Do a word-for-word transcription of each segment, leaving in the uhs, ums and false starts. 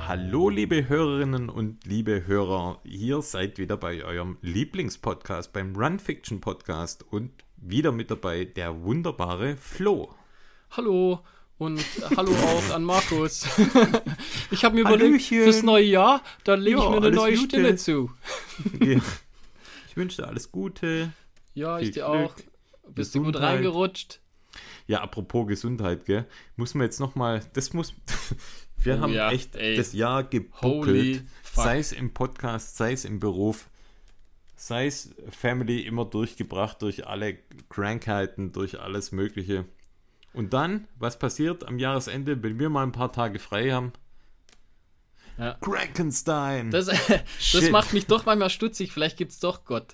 Hallo liebe Hörerinnen und liebe Hörer, ihr seid wieder bei eurem Lieblingspodcast, beim Run Fiction Podcast und wieder mit dabei der wunderbare Flo. Hallo und hallo auch an Markus. Ich habe mir überlegt, Hallöchen. fürs neue Jahr, da lege Ja, ich mir eine alles neue Gute. Stimme zu. Ja. Ich wünsche dir alles Gute. Ja, Viel ich dir Glück, auch. Bist du gut Gesundheit. reingerutscht? Ja, apropos Gesundheit, gell, muss man jetzt nochmal, das muss, wir Oh haben ja, echt ey. das Jahr Holy gebuckelt, fuck. sei es im Podcast, sei es im Beruf, sei es Family, immer durchgebracht durch alle Krankheiten, durch alles Mögliche. Und dann, was passiert am Jahresende, wenn wir mal ein paar Tage frei haben? Ja. Krankenstein! Das, das Shit. macht mich doch manchmal stutzig. Vielleicht gibt's doch Gott.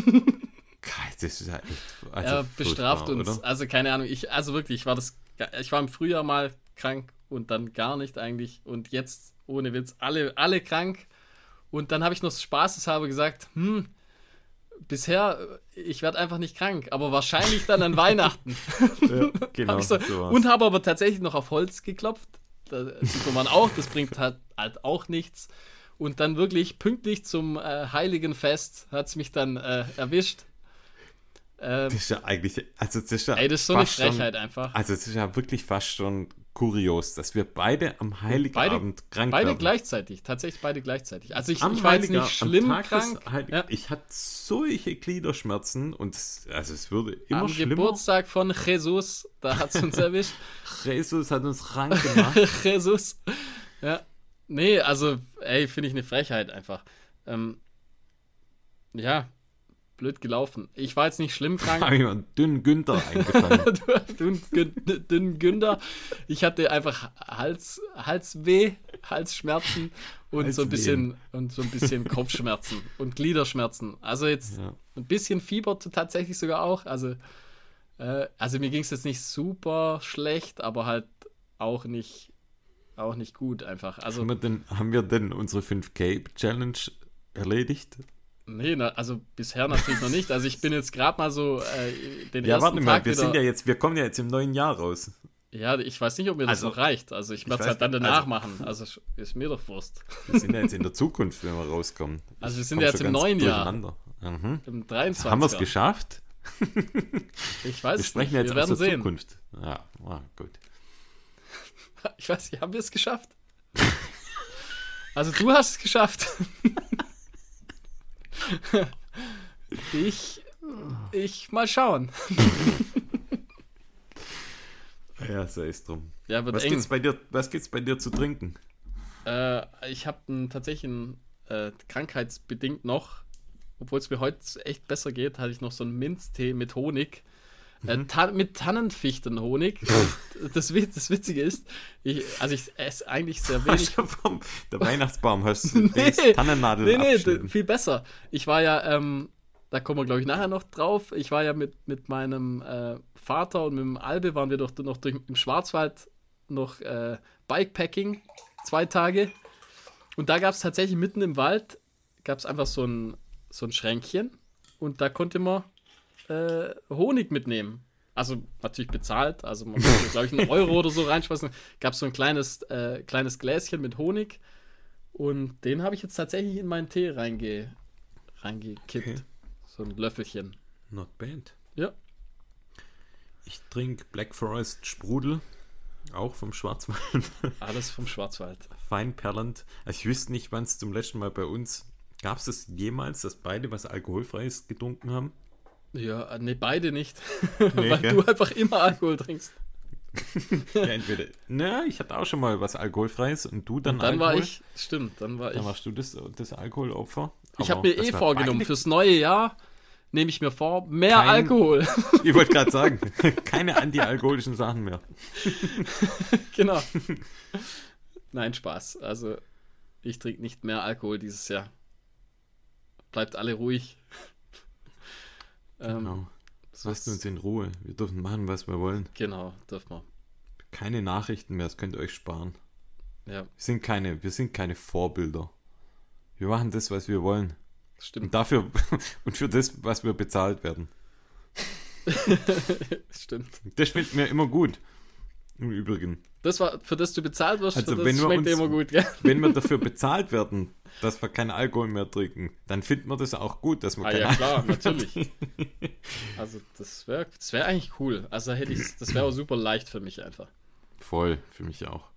Das ist ja echt, also Er bestraft furchtbar, uns. oder? Also keine Ahnung. Ich, also wirklich, ich war das. Ich war im Frühjahr mal krank und dann gar nicht eigentlich. Und jetzt, ohne Witz, alle, alle krank. Und dann habe ich noch spaßeshalber gesagt, hm, bisher, ich werde einfach nicht krank, aber wahrscheinlich dann an Weihnachten. Ja, genau. Hab ich so, so war's. und habe aber tatsächlich noch auf Holz geklopft. Da sieht man auch, das bringt halt, halt auch nichts. Und dann wirklich pünktlich zum äh, Heiligen Fest hat es mich dann äh, erwischt. Ähm, Das ist ja eigentlich, also das ist ja ey, das ist so eine fast schon- Frechheit einfach. Also es ist ja wirklich fast schon kurios, dass wir beide am Heiligabend krank Beide werden. gleichzeitig, tatsächlich beide gleichzeitig. Also ich, Am ich war jetzt Heiliger- nicht schlimm am Tag des krank. Heilig- Ja. Ich hatte solche Gliederschmerzen und es, also es würde immer Am schlimmer. Geburtstag von Jesus, da hat es uns erwischt. Jesus hat uns krank gemacht. Jesus. Ja. Nee, also, ey, finde ich eine Frechheit einfach. Ähm, ja, blöd gelaufen. Ich war jetzt nicht schlimm krank. habe ich mir einen dünnen Günther eingefangen. Dünn, Gün- dünn Günder. Ich hatte einfach Hals, Halsweh, Halsschmerzen und so Halswehen. ein bisschen und so ein bisschen Kopfschmerzen und Gliederschmerzen. Also jetzt Ja. ein bisschen Fieber t- tatsächlich sogar auch. Also, äh, also mir ging es jetzt nicht super schlecht, aber halt auch nicht, auch nicht gut einfach. Also haben, wir denn, haben wir denn unsere fünf K Challenge erledigt? nee, na, also bisher natürlich noch nicht. Also ich bin jetzt gerade mal so äh, den Ja, ersten warte mal, Tag wir wieder. sind ja jetzt, wir kommen ja jetzt im neuen Jahr raus. Ja, ich weiß nicht, ob mir das Also, noch reicht. Also ich werde es weiß halt dann nicht, danach also- machen. Also ist mir doch Wurst. Wir sind ja jetzt in der Zukunft, wenn wir rauskommen. Also wir Ich sind komm ja jetzt schon im ganz neuen Jahr. durcheinander. Mhm. Im dreiundzwanziger. Haben wir es geschafft? Ich weiß Wir es sprechen nicht. jetzt Wir aus werden der sehen. Zukunft. Ja, ah, gut. Ich weiß nicht, haben wir es geschafft? Also du hast es geschafft. Ich, ich mal schauen. Ja, sei es drum. Ja, wird Was eng. gibt's bei dir, was gibt's bei dir zu trinken? Äh, ich habe tatsächlich einen, äh, krankheitsbedingt noch, obwohl es mir heute echt besser geht, hatte ich noch so einen Minztee mit Honig. Äh, ta- mit Tannenfichtenhonig. das, Wit- das Witzige ist, ich, also ich esse eigentlich sehr wenig. Hast du vom der Weihnachtsbaum hast du Nee, nee, Tannennadeln Nee, nee, abschneiden. d- viel besser. Ich war ja, ähm, da kommen wir glaube ich nachher noch drauf, ich war ja mit, mit meinem äh, Vater und mit dem Albe, waren wir doch noch durch, im Schwarzwald noch äh, Bikepacking, zwei Tage. Und da gab es tatsächlich mitten im Wald, gab es einfach so ein, so ein Schränkchen und da konnte man äh, Honig mitnehmen. Also natürlich bezahlt, also man konnte, glaube ich, einen Euro oder so reinschmeißen. Gab es so ein kleines, äh, kleines Gläschen mit Honig und den habe ich jetzt tatsächlich in meinen Tee reinge, reingekippt. Okay. So ein Löffelchen. Not bad. Ja. Ich trinke Black Forest Sprudel, auch vom Schwarzwald. Alles vom Schwarzwald. Feinperlend. Also ich wüsste nicht, wann es zum letzten Mal bei uns, gab es das jemals, dass beide was Alkoholfreies getrunken haben? Ja, ne, beide nicht. Nee, Weil gell? du einfach immer Alkohol trinkst. Ja, entweder. Na, ich hatte auch schon mal was Alkoholfreies und du dann Und dann Alkohol. war ich, stimmt, dann war Dann ich. warst du das, das Alkoholopfer. Ich Aber habe mir das eh war vorgenommen, beide- fürs neue Jahr nehme ich mir vor, mehr Kein- Alkohol. Ich wollte gerade sagen, keine antialkoholischen Sachen mehr. Genau. Nein, Spaß. Also, ich trinke nicht mehr Alkohol dieses Jahr. Bleibt alle ruhig. ähm, Genau. Lasst uns in Ruhe. Wir dürfen machen, was wir wollen. genau, dürfen wir. Keine Nachrichten mehr, das könnt ihr euch sparen. Ja, Wir sind keine, wir sind keine Vorbilder. Wir machen das, was wir wollen. stimmt. Und dafür und für das, was wir bezahlt werden. Stimmt. Das findet mir immer gut. Im Übrigen. Das war, für das du bezahlt wirst, Also für wenn das wir schmeckt uns, immer gut, gell? Wenn wir dafür bezahlt werden, dass wir keinen Alkohol mehr trinken, dann finden wir das auch gut, dass wir Ah keinen ja, klar, Alkohol natürlich. Also das wäre das wär eigentlich cool. Also hätte ich, das wäre auch super leicht für mich einfach. Voll, für mich auch.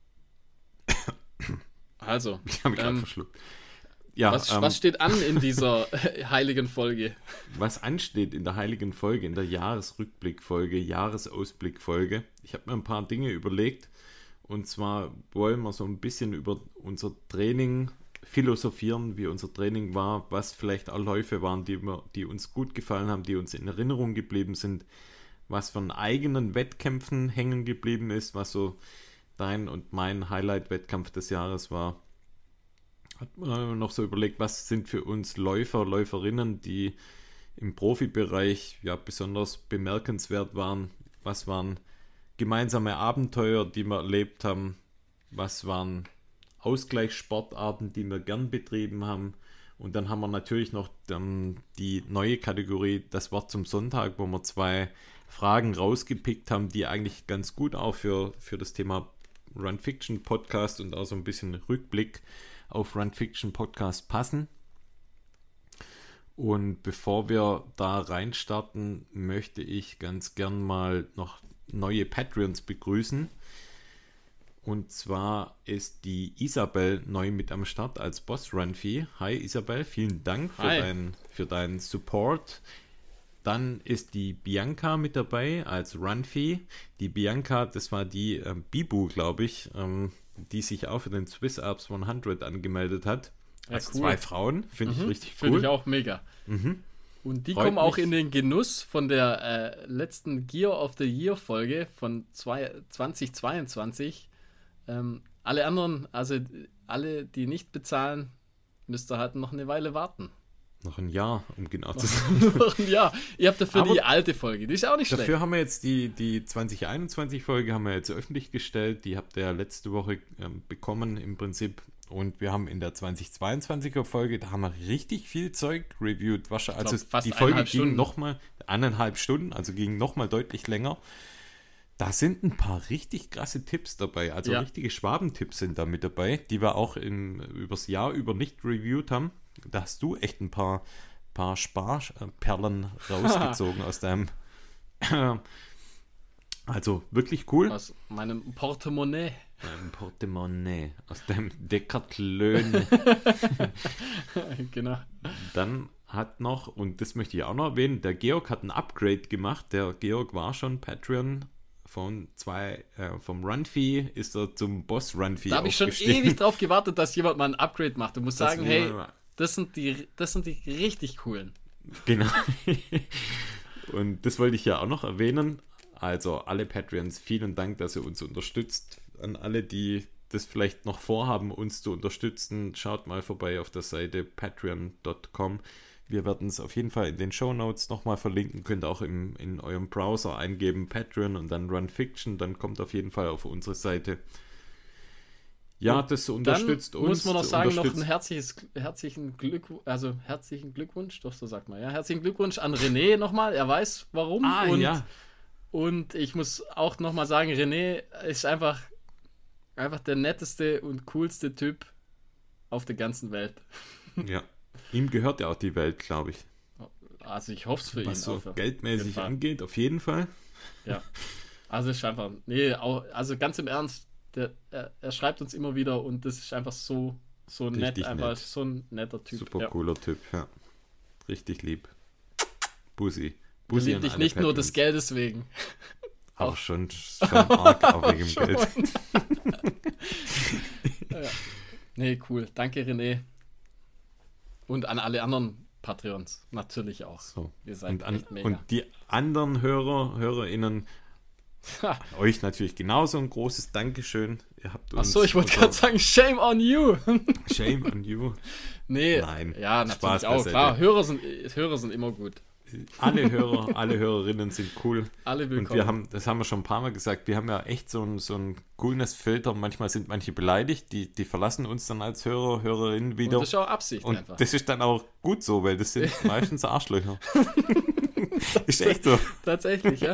Also, Ich habe mich gerade ähm, verschluckt. Ja, was, ähm, was steht an in dieser heiligen Folge? was ansteht in der heiligen Folge, in der Jahresrückblickfolge, Jahresausblickfolge. Ich habe mir ein paar Dinge überlegt. Und zwar wollen wir so ein bisschen über unser Training philosophieren, wie unser Training war, was vielleicht auch Läufe waren, die, wir, die uns gut gefallen haben, die uns in Erinnerung geblieben sind, was von eigenen Wettkämpfen hängen geblieben ist, was so dein und mein Highlight-Wettkampf des Jahres war. Hat man noch so überlegt, was sind für uns Läufer, Läuferinnen, die im Profibereich ja besonders bemerkenswert waren, was waren gemeinsame Abenteuer, die wir erlebt haben, was waren Ausgleichssportarten, die wir gern betrieben haben. Und dann haben wir natürlich noch ähm, die neue Kategorie, das Wort zum Sonntag, wo wir zwei Fragen rausgepickt haben, die eigentlich ganz gut auch für, für das Thema Run Fiction Podcast und auch so ein bisschen Rückblick auf Run Fiction Podcast passen. Und bevor wir da reinstarten, möchte ich ganz gern mal noch neue Patreons begrüßen. Und zwar ist die Isabel neu mit am Start als Boss Runfee. Hi Isabel, vielen Dank für, dein, für deinen Support. Dann ist die Bianca mit dabei als Runfee. Die Bianca, das war die ähm, Bibu, glaube ich, ähm, die sich auch für den Swiss Alps hundert angemeldet hat. Ja, also cool. Zwei Frauen, finde Mhm, ich richtig cool. Finde ich auch mega. Mhm. Und die Freut kommen auch mich. in den Genuss von der äh, letzten Gear of the Year Folge von zwei, zwanzig zweiundzwanzig. Ähm, alle anderen, also alle, die nicht bezahlen, müsst ihr halt noch eine Weile warten. Noch ein Jahr, um genau zu sein. Noch ein Jahr. Ihr habt dafür Aber die alte Folge, die ist auch nicht schlecht. Dafür haben wir jetzt die, die zwanzig einundzwanzig Folge haben wir jetzt öffentlich gestellt. Die habt ihr ja letzte Woche ähm, bekommen im Prinzip. Und wir haben in der zwanzig zweiundzwanziger Folge, da haben wir richtig viel Zeug reviewed. Also glaub, fast die Folge eineinhalb ging Stunden. nochmal eineinhalb Stunden, also ging nochmal deutlich länger. Da sind ein paar richtig krasse Tipps dabei. Also Ja. richtige Schwabentipps sind da mit dabei, die wir auch im, übers Jahr über nicht reviewed haben. Da hast du echt ein paar, paar Sparperlen rausgezogen aus deinem... Also wirklich cool. Aus meinem Portemonnaie. Ein Portemonnaie aus dem Decathlon. Genau. Dann hat noch, und das möchte ich auch noch erwähnen, der Georg hat ein Upgrade gemacht. Der Georg war schon Patreon von zwei, äh, vom Runfee ist er zum Boss Runfee Da habe ich schon aufgestiegen. ewig drauf gewartet, dass jemand mal ein Upgrade macht und muss Das sagen, will hey, man mal- das sind die, das sind die richtig coolen. Genau. Und das wollte ich ja auch noch erwähnen. Also alle Patreons, vielen Dank, dass ihr uns unterstützt. An alle, die das vielleicht noch vorhaben, uns zu unterstützen, schaut mal vorbei auf der Seite patreon punkt com. Wir werden es auf jeden Fall in den Shownotes nochmal verlinken. Könnt auch im, in eurem Browser eingeben Patreon und dann Run Fiction. Dann kommt auf jeden Fall auf unsere Seite. Ja, das unterstützt Dann uns. muss man noch sagen, noch ein unterstützt- herzliches, herzlichen Glückwunsch, also herzlichen Glückwunsch, doch so sagt man, ja, herzlichen Glückwunsch an René nochmal, er weiß warum Ah, und, ja. und ich muss auch nochmal sagen, René ist einfach, einfach der netteste und coolste Typ auf der ganzen Welt. Ja. Ihm gehört ja auch die Welt, glaube ich. Also ich hoffe es für ihn. Was so auf jeden geldmäßig Fall. angeht, auf jeden Fall. Ja. Also es ist einfach, nee, auch, also ganz im Ernst, der, er, er schreibt uns immer wieder und das ist einfach so, so nett, Richtig einfach nett. so ein netter Typ. Super ja. cooler Typ, ja. Richtig lieb. Bussi. Wir Bussi lieben an dich alle nicht nur des Patreons. Geldes wegen. Auch schon, schon arg, auch wegen dem Schon. Geld. Ja. Nee, cool. Danke, René. Und an alle anderen Patreons natürlich auch. So. Ihr seid Und, an, echt mega. und die anderen Hörer, HörerInnen, Ha. an euch natürlich genauso ein großes Dankeschön. Ihr habt uns. Achso, ich wollte gerade sagen, shame on you. Shame on you. Nee, Nein, ja, natürlich Spaß auch. beiseite. Klar, Hörer sind, Hörer sind immer gut. Alle Hörer, alle Hörerinnen sind cool. Alle Und willkommen. wir haben, das haben wir schon ein paar Mal gesagt, wir haben ja echt so ein, so ein Coolness-Filter. Manchmal sind manche beleidigt, die, die verlassen uns dann als Hörer, Hörerinnen und wieder. das ist auch Absicht Und einfach. das ist dann auch gut so, weil das sind meistens Arschlöcher. Ist echt so. Tatsächlich, ja.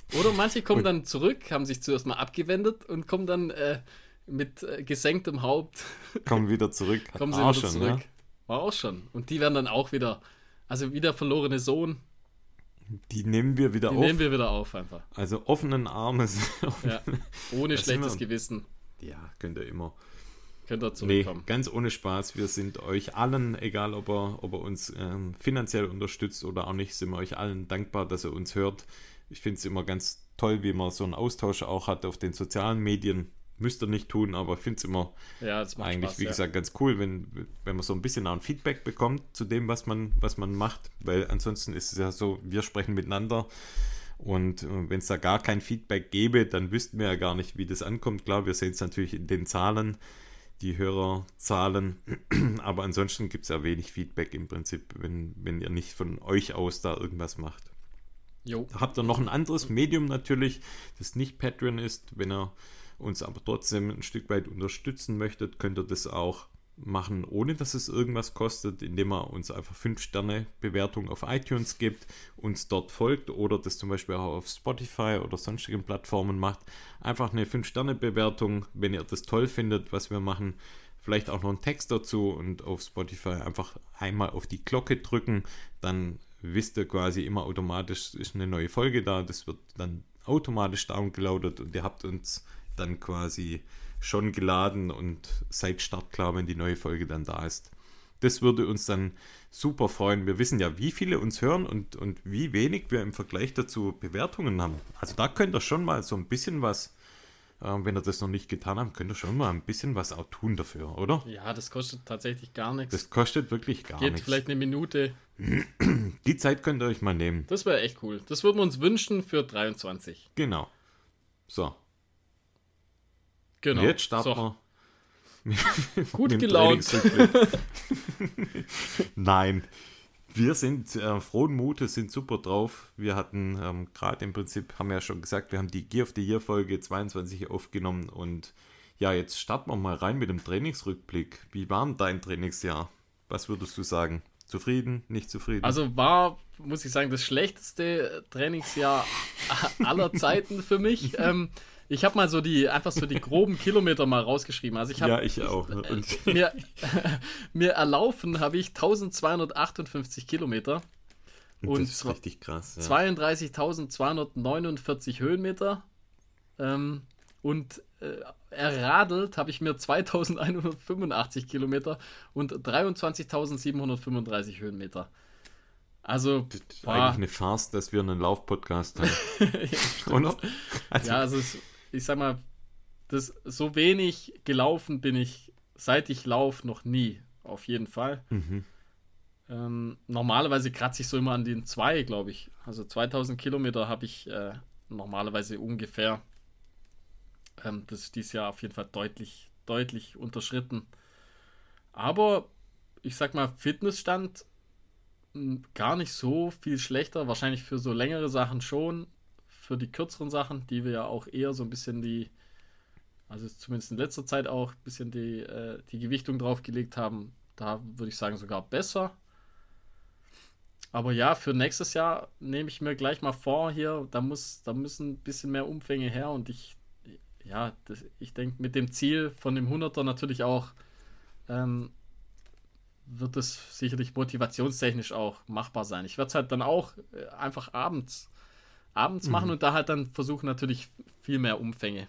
Oder manche kommen Und- dann zurück, haben sich zuerst mal abgewendet und kommen dann äh, mit äh, gesenktem Haupt, Kommen wieder zurück. Hat kommen sie auch wieder schon, zurück. ne? War auch schon. Und die werden dann auch wieder, also wie der verlorene Sohn, Die nehmen wir wieder die auf. nehmen wir wieder auf einfach. Also offenen Armes. Ja. Ohne Da sind schlechtes wir. Gewissen Ja, könnt ihr immer. könnt ihr Nee, zurückkommen. ganz ohne Spaß. Wir sind euch allen, egal ob er, ob er uns ähm, finanziell unterstützt oder auch nicht, sind wir euch allen dankbar, dass ihr uns hört. Ich finde es immer ganz toll, wie man so einen Austausch auch hat auf den sozialen Medien. Müsst ihr nicht tun, aber ich finde es immer Ja, das macht eigentlich, Spaß, wie ja. gesagt, ganz cool, wenn, wenn man so ein bisschen auch ein Feedback bekommt zu dem, was man, was man macht, weil ansonsten ist es ja so, wir sprechen miteinander und äh, wenn es da gar kein Feedback gäbe, dann wüssten wir ja gar nicht, wie das ankommt. Klar, wir sehen es natürlich in den Zahlen, die Hörerzahlen, aber ansonsten gibt es ja wenig Feedback im Prinzip, wenn, wenn ihr nicht von euch aus da irgendwas macht. Jo. Habt ihr noch ein anderes Medium natürlich, das nicht Patreon ist, wenn ihr uns aber trotzdem ein Stück weit unterstützen möchtet, könnt ihr das auch machen, ohne dass es irgendwas kostet, indem ihr uns einfach fünf Sterne Bewertung auf iTunes gibt, uns dort folgt oder das zum Beispiel auch auf Spotify oder sonstigen Plattformen macht. Einfach eine fünf Sterne Bewertung, wenn ihr das toll findet, was wir machen. Vielleicht auch noch einen Text dazu und auf Spotify einfach einmal auf die Glocke drücken, dann wisst ihr quasi immer automatisch, ist eine neue Folge da, das wird dann automatisch downgeloadet und ihr habt uns dann quasi schon geladen und seid startklar, wenn die neue Folge dann da ist. Das würde uns dann super freuen. Wir wissen ja, wie viele uns hören und, und wie wenig wir im Vergleich dazu Bewertungen haben. Also da könnt ihr schon mal so ein bisschen was, äh, wenn ihr das noch nicht getan habt, könnt ihr schon mal ein bisschen was auch tun dafür, oder? Ja, das kostet tatsächlich gar nichts. Das kostet wirklich gar Geht nichts. vielleicht eine Minute. Die Zeit könnt ihr euch mal nehmen. Das wäre echt cool. Das würden wir uns wünschen für dreiundzwanzig. Genau. So, Genau. jetzt starten So, wir. gut mit dem gelaunt. Trainingsrückblick. Nein, wir sind äh, frohen Mutes, sind super drauf. Wir hatten ähm, gerade im Prinzip, haben wir ja schon gesagt, wir haben die Gear of the Year Folge zweiundzwanzig aufgenommen und ja, jetzt starten wir mal rein mit dem Trainingsrückblick. Wie war denn dein Trainingsjahr? Was würdest du sagen? Zufrieden, nicht zufrieden? Also war, muss ich sagen, das schlechteste Trainingsjahr aller Zeiten für mich. Ähm, ich habe mal so die, einfach so die groben Kilometer mal rausgeschrieben. Also ich habe ja, ich auch. Und mir, mir erlaufen habe ich eintausendzweihundertachtundfünfzig Kilometer und das ist richtig krass. Ja. zweiunddreißigtausendzweihundertneunundvierzig Höhenmeter. Ähm, und äh, erradelt habe ich mir zweitausendeinhundertfünfundachtzig Kilometer und dreiundzwanzigtausendsiebenhundertfünfunddreißig Höhenmeter. Also, Das ist boah. eigentlich eine Farce, dass wir einen Lauf-Podcast haben. Oder? Also, Ja, also es, ich sag mal, das, so wenig gelaufen bin ich, seit ich laufe, noch nie. Auf jeden Fall. mhm. Ähm, normalerweise kratze ich so immer an den zwei, glaube ich. Also zweitausend Kilometer habe ich äh, normalerweise ungefähr. Ähm, das ist dieses Jahr auf jeden Fall deutlich, deutlich unterschritten. Aber ich sag mal, Fitnessstand mh, gar nicht so viel schlechter. Wahrscheinlich für so längere Sachen schon. Für die kürzeren Sachen, die wir ja auch eher so ein bisschen die, also zumindest in letzter Zeit auch ein bisschen die, äh, die Gewichtung draufgelegt haben, da würde ich sagen sogar besser. Aber ja, für nächstes Jahr nehme ich mir gleich mal vor, hier, da muss, da müssen ein bisschen mehr Umfänge her und ich, ja, das, ich denke mit dem Ziel von dem Hunderter natürlich auch, ähm, wird es sicherlich motivationstechnisch auch machbar sein. Ich werde es halt dann auch äh, einfach abends, abends Mhm. machen und da halt dann versuchen natürlich viel mehr Umfänge.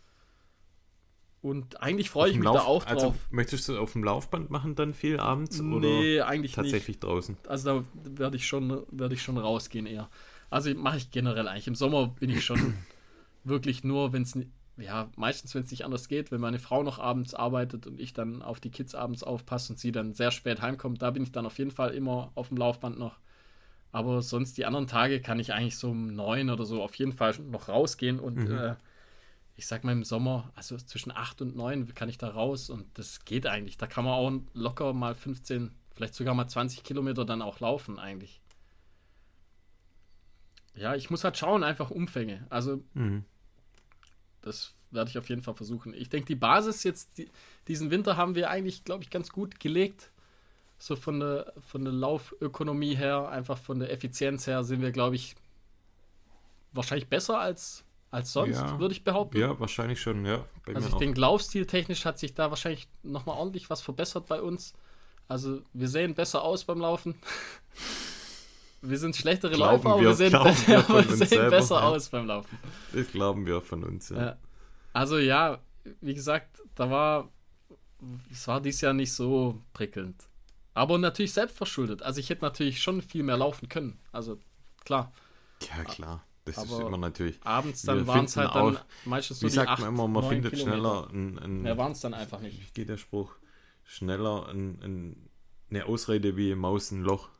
Und eigentlich freue Auf ich dem mich Lauf- da auch Also drauf. möchtest du auf dem Laufband machen dann viel abends Nee, oder eigentlich nicht. tatsächlich draußen? Also da werde ich schon, werde ich schon rausgehen eher. Also mache ich generell eigentlich. Im Sommer bin ich schon wirklich nur, wenn es, ja, meistens, wenn es nicht anders geht, wenn meine Frau noch abends arbeitet und ich dann auf die Kids abends aufpasse und sie dann sehr spät heimkommt, da bin ich dann auf jeden Fall immer auf dem Laufband noch. Aber sonst die anderen Tage kann ich eigentlich so um neun oder so auf jeden Fall noch rausgehen und Mhm. äh, ich sag mal im Sommer, also zwischen acht und neun kann ich da raus und das geht eigentlich. Da kann man auch locker mal fünfzehn, vielleicht sogar mal zwanzig Kilometer dann auch laufen eigentlich. Ja, ich muss halt schauen, einfach Umfänge. Also Mhm. das werde ich auf jeden Fall versuchen. Ich denke, die Basis jetzt, die, diesen Winter haben wir eigentlich, glaube ich, ganz gut gelegt. So von der, von der Laufökonomie her, einfach von der Effizienz her sind wir, glaube ich, wahrscheinlich besser als, als sonst, Ja. würde ich behaupten. Ja, wahrscheinlich schon, ja. Bei Also mir ich auch. denke, Laufstil technisch hat sich da wahrscheinlich nochmal ordentlich was verbessert bei uns. Also wir sehen besser aus beim Laufen. Wir sind schlechtere Glauben Läufer, aber wir- wir sehen, glauben wir besser, von wir uns sehen selber, besser ja. aus beim Laufen. Das glauben wir von uns, ja. Ja. Also ja, wie gesagt, da war, es war dieses Jahr nicht so prickelnd. Aber natürlich selbstverschuldet. Also ich hätte natürlich schon viel mehr laufen können. Also klar, Ja, klar. Das ist Aber immer natürlich. abends Wir dann waren es finden halt dann auch, meistens Wie so die sagt acht, man immer, man neun findet Kilometer. schneller ein, ein Mehr waren es dann einfach nicht. wie geht der Spruch? Schneller ein, ein, eine Ausrede wie Maus ein Loch.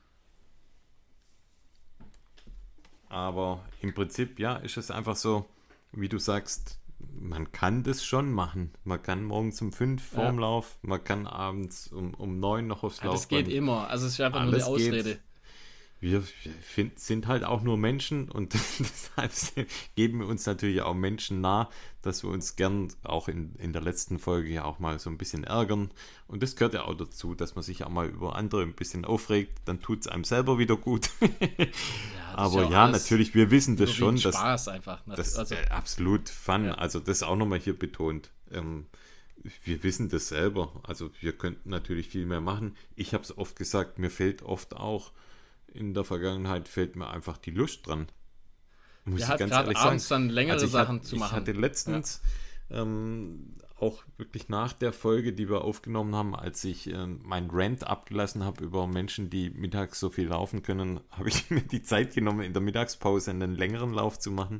Aber im Prinzip, ja, ist es einfach so, wie du sagst, man kann das schon machen. Man kann morgens um fünf vorm Ja. Lauf, man kann abends um, um neun noch aufs Ja, das Laufband. geht immer. Also es ist einfach nur Alles eine Ausrede. geht. Wir find, sind halt auch nur Menschen und deshalb geben wir uns natürlich auch Menschen nah, dass wir uns gern auch in, in der letzten Folge ja auch mal so ein bisschen ärgern. Und das gehört ja auch dazu, dass man sich auch mal über andere ein bisschen aufregt. Dann tut es einem selber wieder gut. Ja, das ist Aber auch ja, alles natürlich, wir wissen das schon. überwiegend Dass, Spaß einfach. das Also, äh, absolut Fun. Ja. Also das auch nochmal hier betont. Ähm, wir wissen das selber. Also wir könnten natürlich viel mehr machen. Ich habe es oft gesagt, mir fehlt oft auch in der Vergangenheit fehlt mir einfach die Lust dran. Muss ja, ich halt ganz gerade ehrlich sagen. abends dann längere Also ich Sachen hat, zu ich machen. hatte letztens ähm, auch wirklich nach der Folge, die wir aufgenommen haben, als ich ähm, meinen Rant abgelassen habe über Menschen, die mittags so viel laufen können, habe ich mir die Zeit genommen, in der Mittagspause einen längeren Lauf zu machen.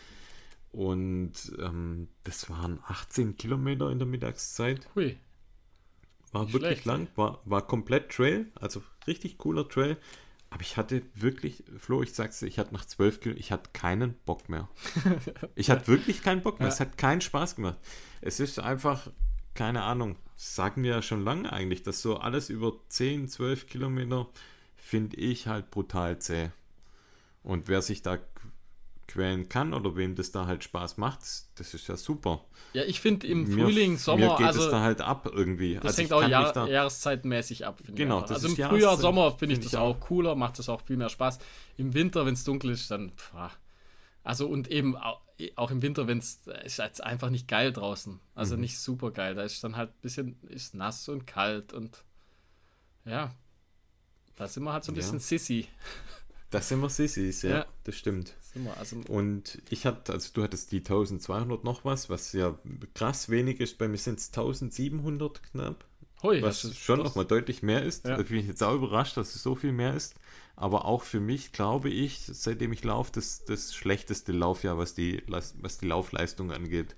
Und ähm, das waren achtzehn Kilometer in der Mittagszeit. Hui. War Nicht wirklich schlecht. lang, war, war komplett Trail, also richtig cooler Trail. Aber ich hatte wirklich, Flo, ich sag's dir, ich hatte nach zwölf Kilometern, ich hatte keinen Bock mehr. Ich hatte wirklich keinen Bock mehr. Ja. Es hat keinen Spaß gemacht. Es ist einfach, keine Ahnung, das sagen wir ja schon lange eigentlich, dass so alles über zehn, zwölf Kilometer finde ich halt brutal zäh. Und wer sich da quälen kann oder wem das da halt Spaß macht, das ist ja super. Ja, ich finde im Mir- Frühling, Mir Sommer, geht also es da halt ab irgendwie. das Also hängt ich auch kann mich Jahr, da, jahreszeitmäßig ab, finde Genau, ich. einfach. das Also im ist Frühjahr, Jahreszeit, Sommer finde ich finde das ich auch cooler, macht das auch viel mehr Spaß. Im Winter, wenn es dunkel ist, dann pff, ah. Also und eben auch, auch im Winter, wenn es ist jetzt einfach nicht geil draußen. Also Mhm. nicht super geil. Da ist dann halt ein bisschen ist nass und kalt und ja, da sind wir halt so ein Ja. bisschen Sissy. das sind wir Sissis, ja, Ja. das stimmt. Sind wir, also Und ich hatte, also du hattest die tausendzweihundert noch was, was ja krass wenig ist. Bei mir sind es tausendsiebenhundert knapp, hui, was das ist- schon das- nochmal deutlich mehr ist. Ja. Da bin ich jetzt auch überrascht, dass es so viel mehr ist. Aber auch für mich, glaube ich, seitdem ich laufe, das, das schlechteste Laufjahr, was die, Leis- was die Laufleistung angeht.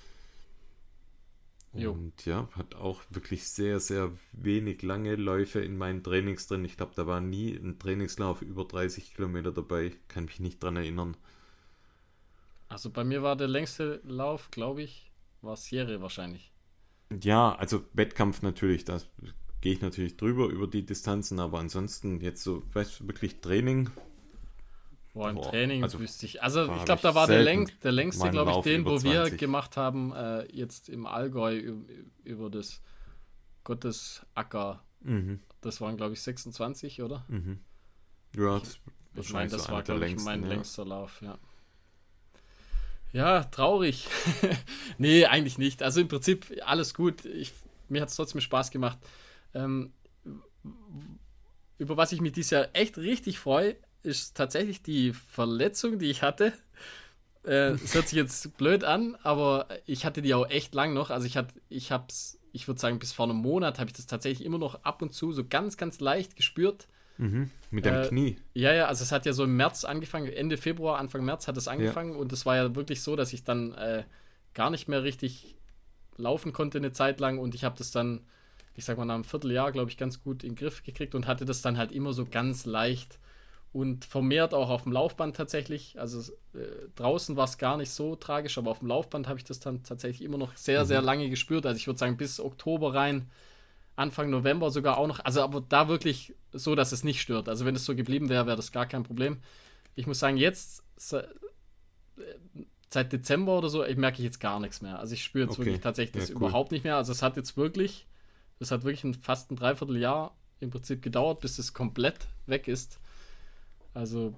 Jo. Und ja, hat auch wirklich sehr, sehr wenig lange Läufe in meinen Trainings drin. Ich glaube, da war nie ein Trainingslauf über dreißig Kilometer dabei. Kann mich nicht dran erinnern. Also bei mir war der längste Lauf, glaube ich, war Sierra wahrscheinlich. Ja, also Wettkampf natürlich, da gehe ich natürlich drüber über die Distanzen, aber ansonsten jetzt so, weißt du, wirklich Training. Boah, im Boah, Training also wüsste ich. Also da ich hab glaube, ich da war der, selten längst, der längste, meinen glaube ich, Lauf den, über wo wir zwanzig. gemacht haben, äh, jetzt im Allgäu über, über das Gottesacker. Mhm, Das waren, glaube ich, sechsundzwanzig, oder? mhm. Ja, das ist Ich meine, wahrscheinlich das so war, einer der glaube ich, längsten. mein ja. längster Lauf, ja. Ja, traurig. Nee, eigentlich nicht. Also im Prinzip alles gut. Ich, mir hat es trotzdem Spaß gemacht. Ähm, über was ich mich dieses Jahr echt richtig freue, ist tatsächlich die Verletzung, die ich hatte. Äh, Es hört sich jetzt blöd an, aber ich hatte die auch echt lang noch. Also ich hatte, ich hab's, ich würde sagen, bis vor einem Monat habe ich das tatsächlich immer noch ab und zu so ganz, ganz leicht gespürt. Mhm, mit dem Äh, Knie. Ja, ja, also es hat ja so im März angefangen, Ende Februar, Anfang März hat es angefangen und es war ja wirklich so, dass ich dann äh, gar nicht mehr richtig laufen konnte eine Zeit lang und ich habe das dann, ich sag mal, nach einem Vierteljahr, glaube ich, ganz gut in den Griff gekriegt und hatte das dann halt immer so ganz leicht und vermehrt auch auf dem Laufband tatsächlich. Also äh, draußen war es gar nicht so tragisch, aber auf dem Laufband habe ich das dann tatsächlich immer noch sehr, Mhm. sehr lange gespürt. Also ich würde sagen, bis Oktober rein. Anfang November sogar auch noch, also aber da wirklich so, dass es nicht stört. Also wenn es so geblieben wäre, wäre das gar kein Problem. Ich muss sagen, jetzt se- äh, seit Dezember oder so, ich merke ich jetzt gar nichts mehr. Also ich spüre jetzt Okay. wirklich tatsächlich das Ja, cool. überhaupt nicht mehr. Also es hat jetzt wirklich, das hat wirklich ein, fast ein Dreivierteljahr im Prinzip gedauert, bis es komplett weg ist. Also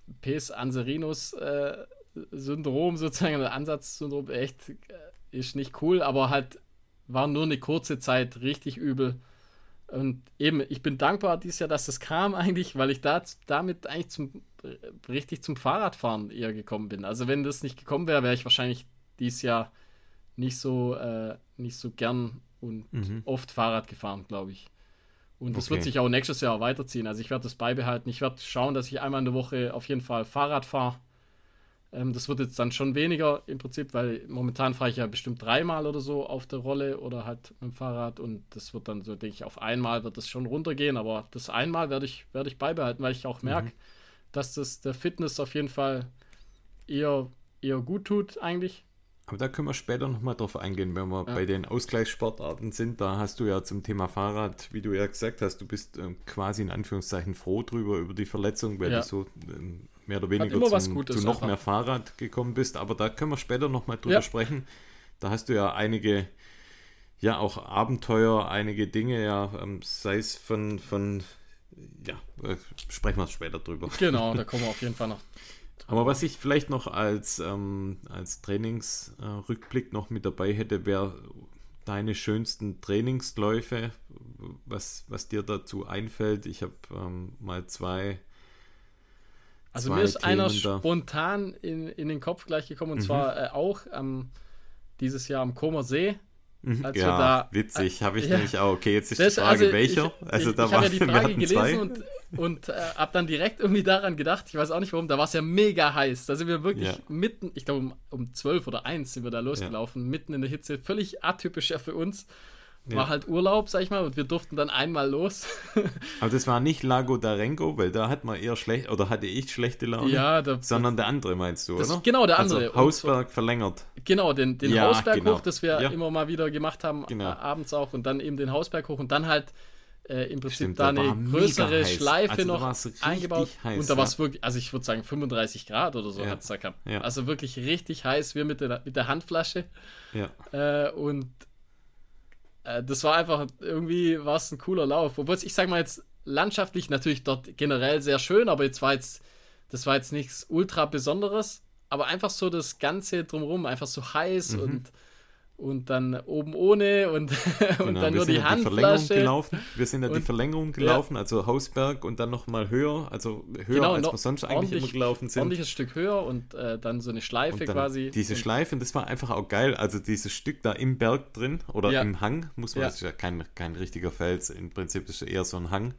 Pes Anserinus äh, Syndrom sozusagen, oder Ansatzsyndrom, echt äh, ist nicht cool, aber halt war nur eine kurze Zeit richtig übel. Und eben, ich bin dankbar dieses Jahr, dass das kam eigentlich, weil ich da, damit eigentlich zum, richtig zum Fahrradfahren eher gekommen bin. Also wenn das nicht gekommen wäre, wäre ich wahrscheinlich dieses Jahr nicht so, äh, nicht so gern und Mhm. oft Fahrrad gefahren, glaube ich. Und das Okay. wird sich auch nächstes Jahr weiterziehen. Also ich werde das beibehalten. Ich werde schauen, dass ich einmal in der Woche auf jeden Fall Fahrrad fahre. Ähm, das wird jetzt dann schon weniger im Prinzip, weil momentan fahre ich ja bestimmt dreimal oder so auf der Rolle oder halt mit dem Fahrrad und das wird dann so, denke ich, auf einmal wird das schon runtergehen, aber das einmal werde ich, werde ich beibehalten, weil ich auch merke, Mhm. dass das der Fitness auf jeden Fall eher, eher gut tut eigentlich. Aber da können wir später nochmal drauf eingehen, wenn wir Ja. bei den Ausgleichssportarten sind. Da hast du ja zum Thema Fahrrad, wie du ja gesagt hast, du bist ähm, quasi in Anführungszeichen froh drüber, über die Verletzung, weil Ja. du so ähm, mehr oder weniger immer was zum, Gutes zu noch einfach. mehr Fahrrad gekommen bist. Aber da können wir später nochmal drüber Ja. sprechen. Da hast du ja einige, ja auch Abenteuer, einige Dinge, ja, ähm, sei es von, von ja, äh, sprechen wir später drüber. Genau, da kommen wir auf jeden Fall noch. Aber was ich vielleicht noch als, ähm, als Trainingsrückblick noch mit dabei hätte, wäre deine schönsten Trainingsläufe, was, was dir dazu einfällt. Ich habe ähm, mal zwei. Also zwei mir ist einer Themen da. spontan in, in den Kopf gleich gekommen und Mhm. zwar äh, auch ähm, dieses Jahr am Comer See. Mhm. als wir Ja, da- witzig, habe ich ja. nämlich auch. Okay, jetzt ist Das- die Frage, also welcher? Ich, also ich, da ich habe ja waren die wir Frage hatten gelesen zwei. und, und äh, habe dann direkt irgendwie daran gedacht, ich weiß auch nicht warum, da war es ja mega heiß. Da sind wir wirklich Ja. mitten, ich glaube um, um zwölf oder eins sind wir da losgelaufen, mitten in der Hitze, völlig atypisch ja für uns. War Ja. halt Urlaub, sag ich mal, und wir durften dann einmal los. Aber das war nicht Lago d'Arengo, weil da hat man eher schlecht, oder hatte ich schlechte Laune, ja, da, sondern der andere meinst du, das, oder? genau, der andere. Also Und Hausberg verlängert. Genau, den, den Ja, Hausberg genau. hoch, das wir Ja. immer mal wieder gemacht haben, Genau. äh, abends auch, und dann eben den Hausberg hoch und dann halt äh, im Prinzip Stimmt, da da war eine mega größere heiß. Schleife Also da noch war's richtig eingebaut. heiß, und da war es ja. wirklich, also ich würde sagen fünfunddreißig Grad oder so Ja. hat es da gehabt. Ja. Also wirklich richtig heiß, wir mit der, mit der Handflasche. Ja. Äh, und äh, das war einfach, irgendwie war es ein cooler Lauf. Obwohl es, ich sag mal jetzt, landschaftlich natürlich dort generell sehr schön, aber jetzt war jetzt, das war jetzt nichts ultra Besonderes, aber einfach so das Ganze drumherum, einfach so heiß Mhm. und, und dann oben ohne und, und Genau, dann wir nur sind die ja die Verlängerung Handflasche. gelaufen. Wir sind ja die Und- Verlängerung gelaufen, also Hausberg und dann nochmal höher, also höher Genau, als noch wir sonst eigentlich ordentlich- immer gelaufen sind. Ordentliches Stück höher und äh, dann so eine Schleife Und dann quasi. diese und, Schleife, und das war einfach auch geil. Also dieses Stück da im Berg drin oder Ja. im Hang, muss man, Ja. das ist ja kein, kein richtiger Fels, im Prinzip ist es eher so ein Hang,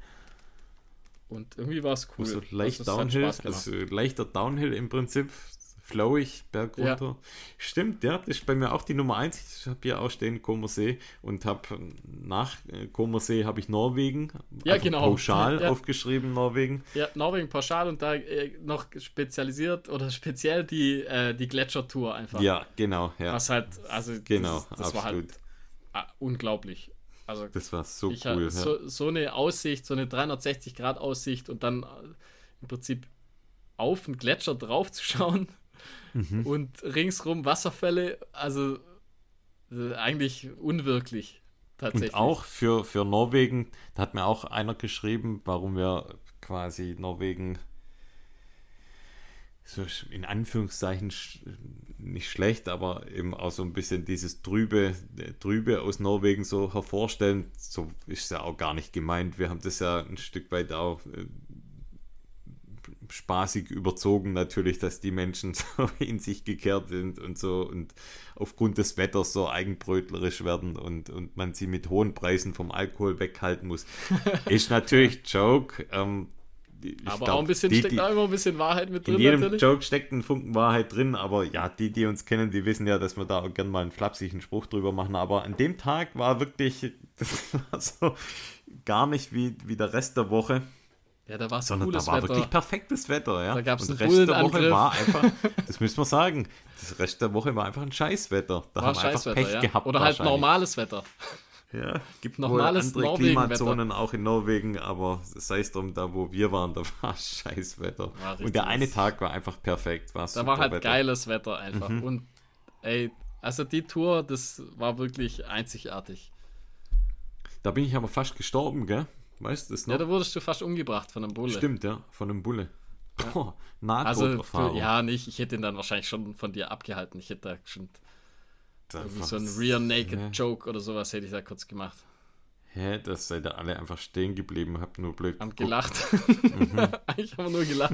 und irgendwie war es wo cool. so Also, leicht es hat Downhill, Spaß gemacht. also leichter Downhill im Prinzip, flowig, Berg Ja. runter. Stimmt, ja, das ist bei mir auch die Nummer eins. Ich habe hier auch stehen Comer See und habe nach äh, Comer See habe ich Norwegen, Ja, einfach genau. pauschal Ja. aufgeschrieben, Norwegen. Ja, Norwegen pauschal und da äh, noch spezialisiert oder speziell die, äh, die Gletschertour einfach. Ja, genau, ja. Was halt, also Genau, das, das war halt absolut. ah, unglaublich. Also Das war so ich cool. hab so, so eine Aussicht, so eine dreihundertsechzig Grad Aussicht und dann äh, im Prinzip auf den Gletscher drauf zu schauen Mhm. und ringsrum Wasserfälle, also äh, eigentlich unwirklich tatsächlich. Und auch für, für Norwegen, da hat mir auch einer geschrieben, warum wir quasi Norwegen so in Anführungszeichen sch- nicht schlecht, aber eben auch so ein bisschen dieses Trübe, Trübe aus Norwegen so hervorstellen. So ist es ja auch gar nicht gemeint. Wir haben das ja ein Stück weit auch äh, spaßig überzogen natürlich, dass die Menschen so in sich gekehrt sind und so und aufgrund des Wetters so eigenbrötlerisch werden und, und man sie mit hohen Preisen vom Alkohol weghalten muss. Ist natürlich Joke. Ähm, ich aber glaub, auch ein bisschen die, steckt die, da immer ein bisschen Wahrheit mit in drin jedem natürlich. Joke steckt ein Funken Wahrheit drin, aber ja, die, die uns kennen, die wissen ja, dass wir da auch gerne mal einen flapsigen Spruch drüber machen, aber an dem Tag war wirklich, das war so gar nicht wie, wie der Rest der Woche. Ja, da war es Sondern cooles da war Wetter. wirklich perfektes Wetter, ja. Da gab's Und einen Rest der Woche Bullenangriff. war einfach, das müssen wir sagen, das Rest der Woche war einfach ein Scheißwetter. Da War haben wir einfach Scheißwetter, Pech ja. gehabt. Oder halt wahrscheinlich. normales Wetter. Ja, gibt Normales wohl andere Norwegen-Wetter. Klimazonen auch in Norwegen, aber sei es drum, da wo wir waren, da war Scheißwetter. War richtig Und der eine was. Tag war einfach perfekt. War Da super war halt Wetter. geiles Wetter einfach. Mhm. Und ey, also die Tour, das war wirklich einzigartig. Da bin ich aber fast gestorben, gell? Weißt du das noch? Ja, da wurdest du fast umgebracht von einem Bulle. Stimmt, ja, von einem Bulle. Boah, Also, Nahtoderfahrung. du, ja, nicht. Ich hätte ihn dann wahrscheinlich schon von dir abgehalten. Ich hätte da schon Da irgendwie war- so ein Rear Naked Hä? Joke oder sowas hätte ich da kurz gemacht. Hä, das seid ihr alle einfach stehen geblieben, habt nur blöd Haben geguckt. gelacht. Ich habe nur gelacht.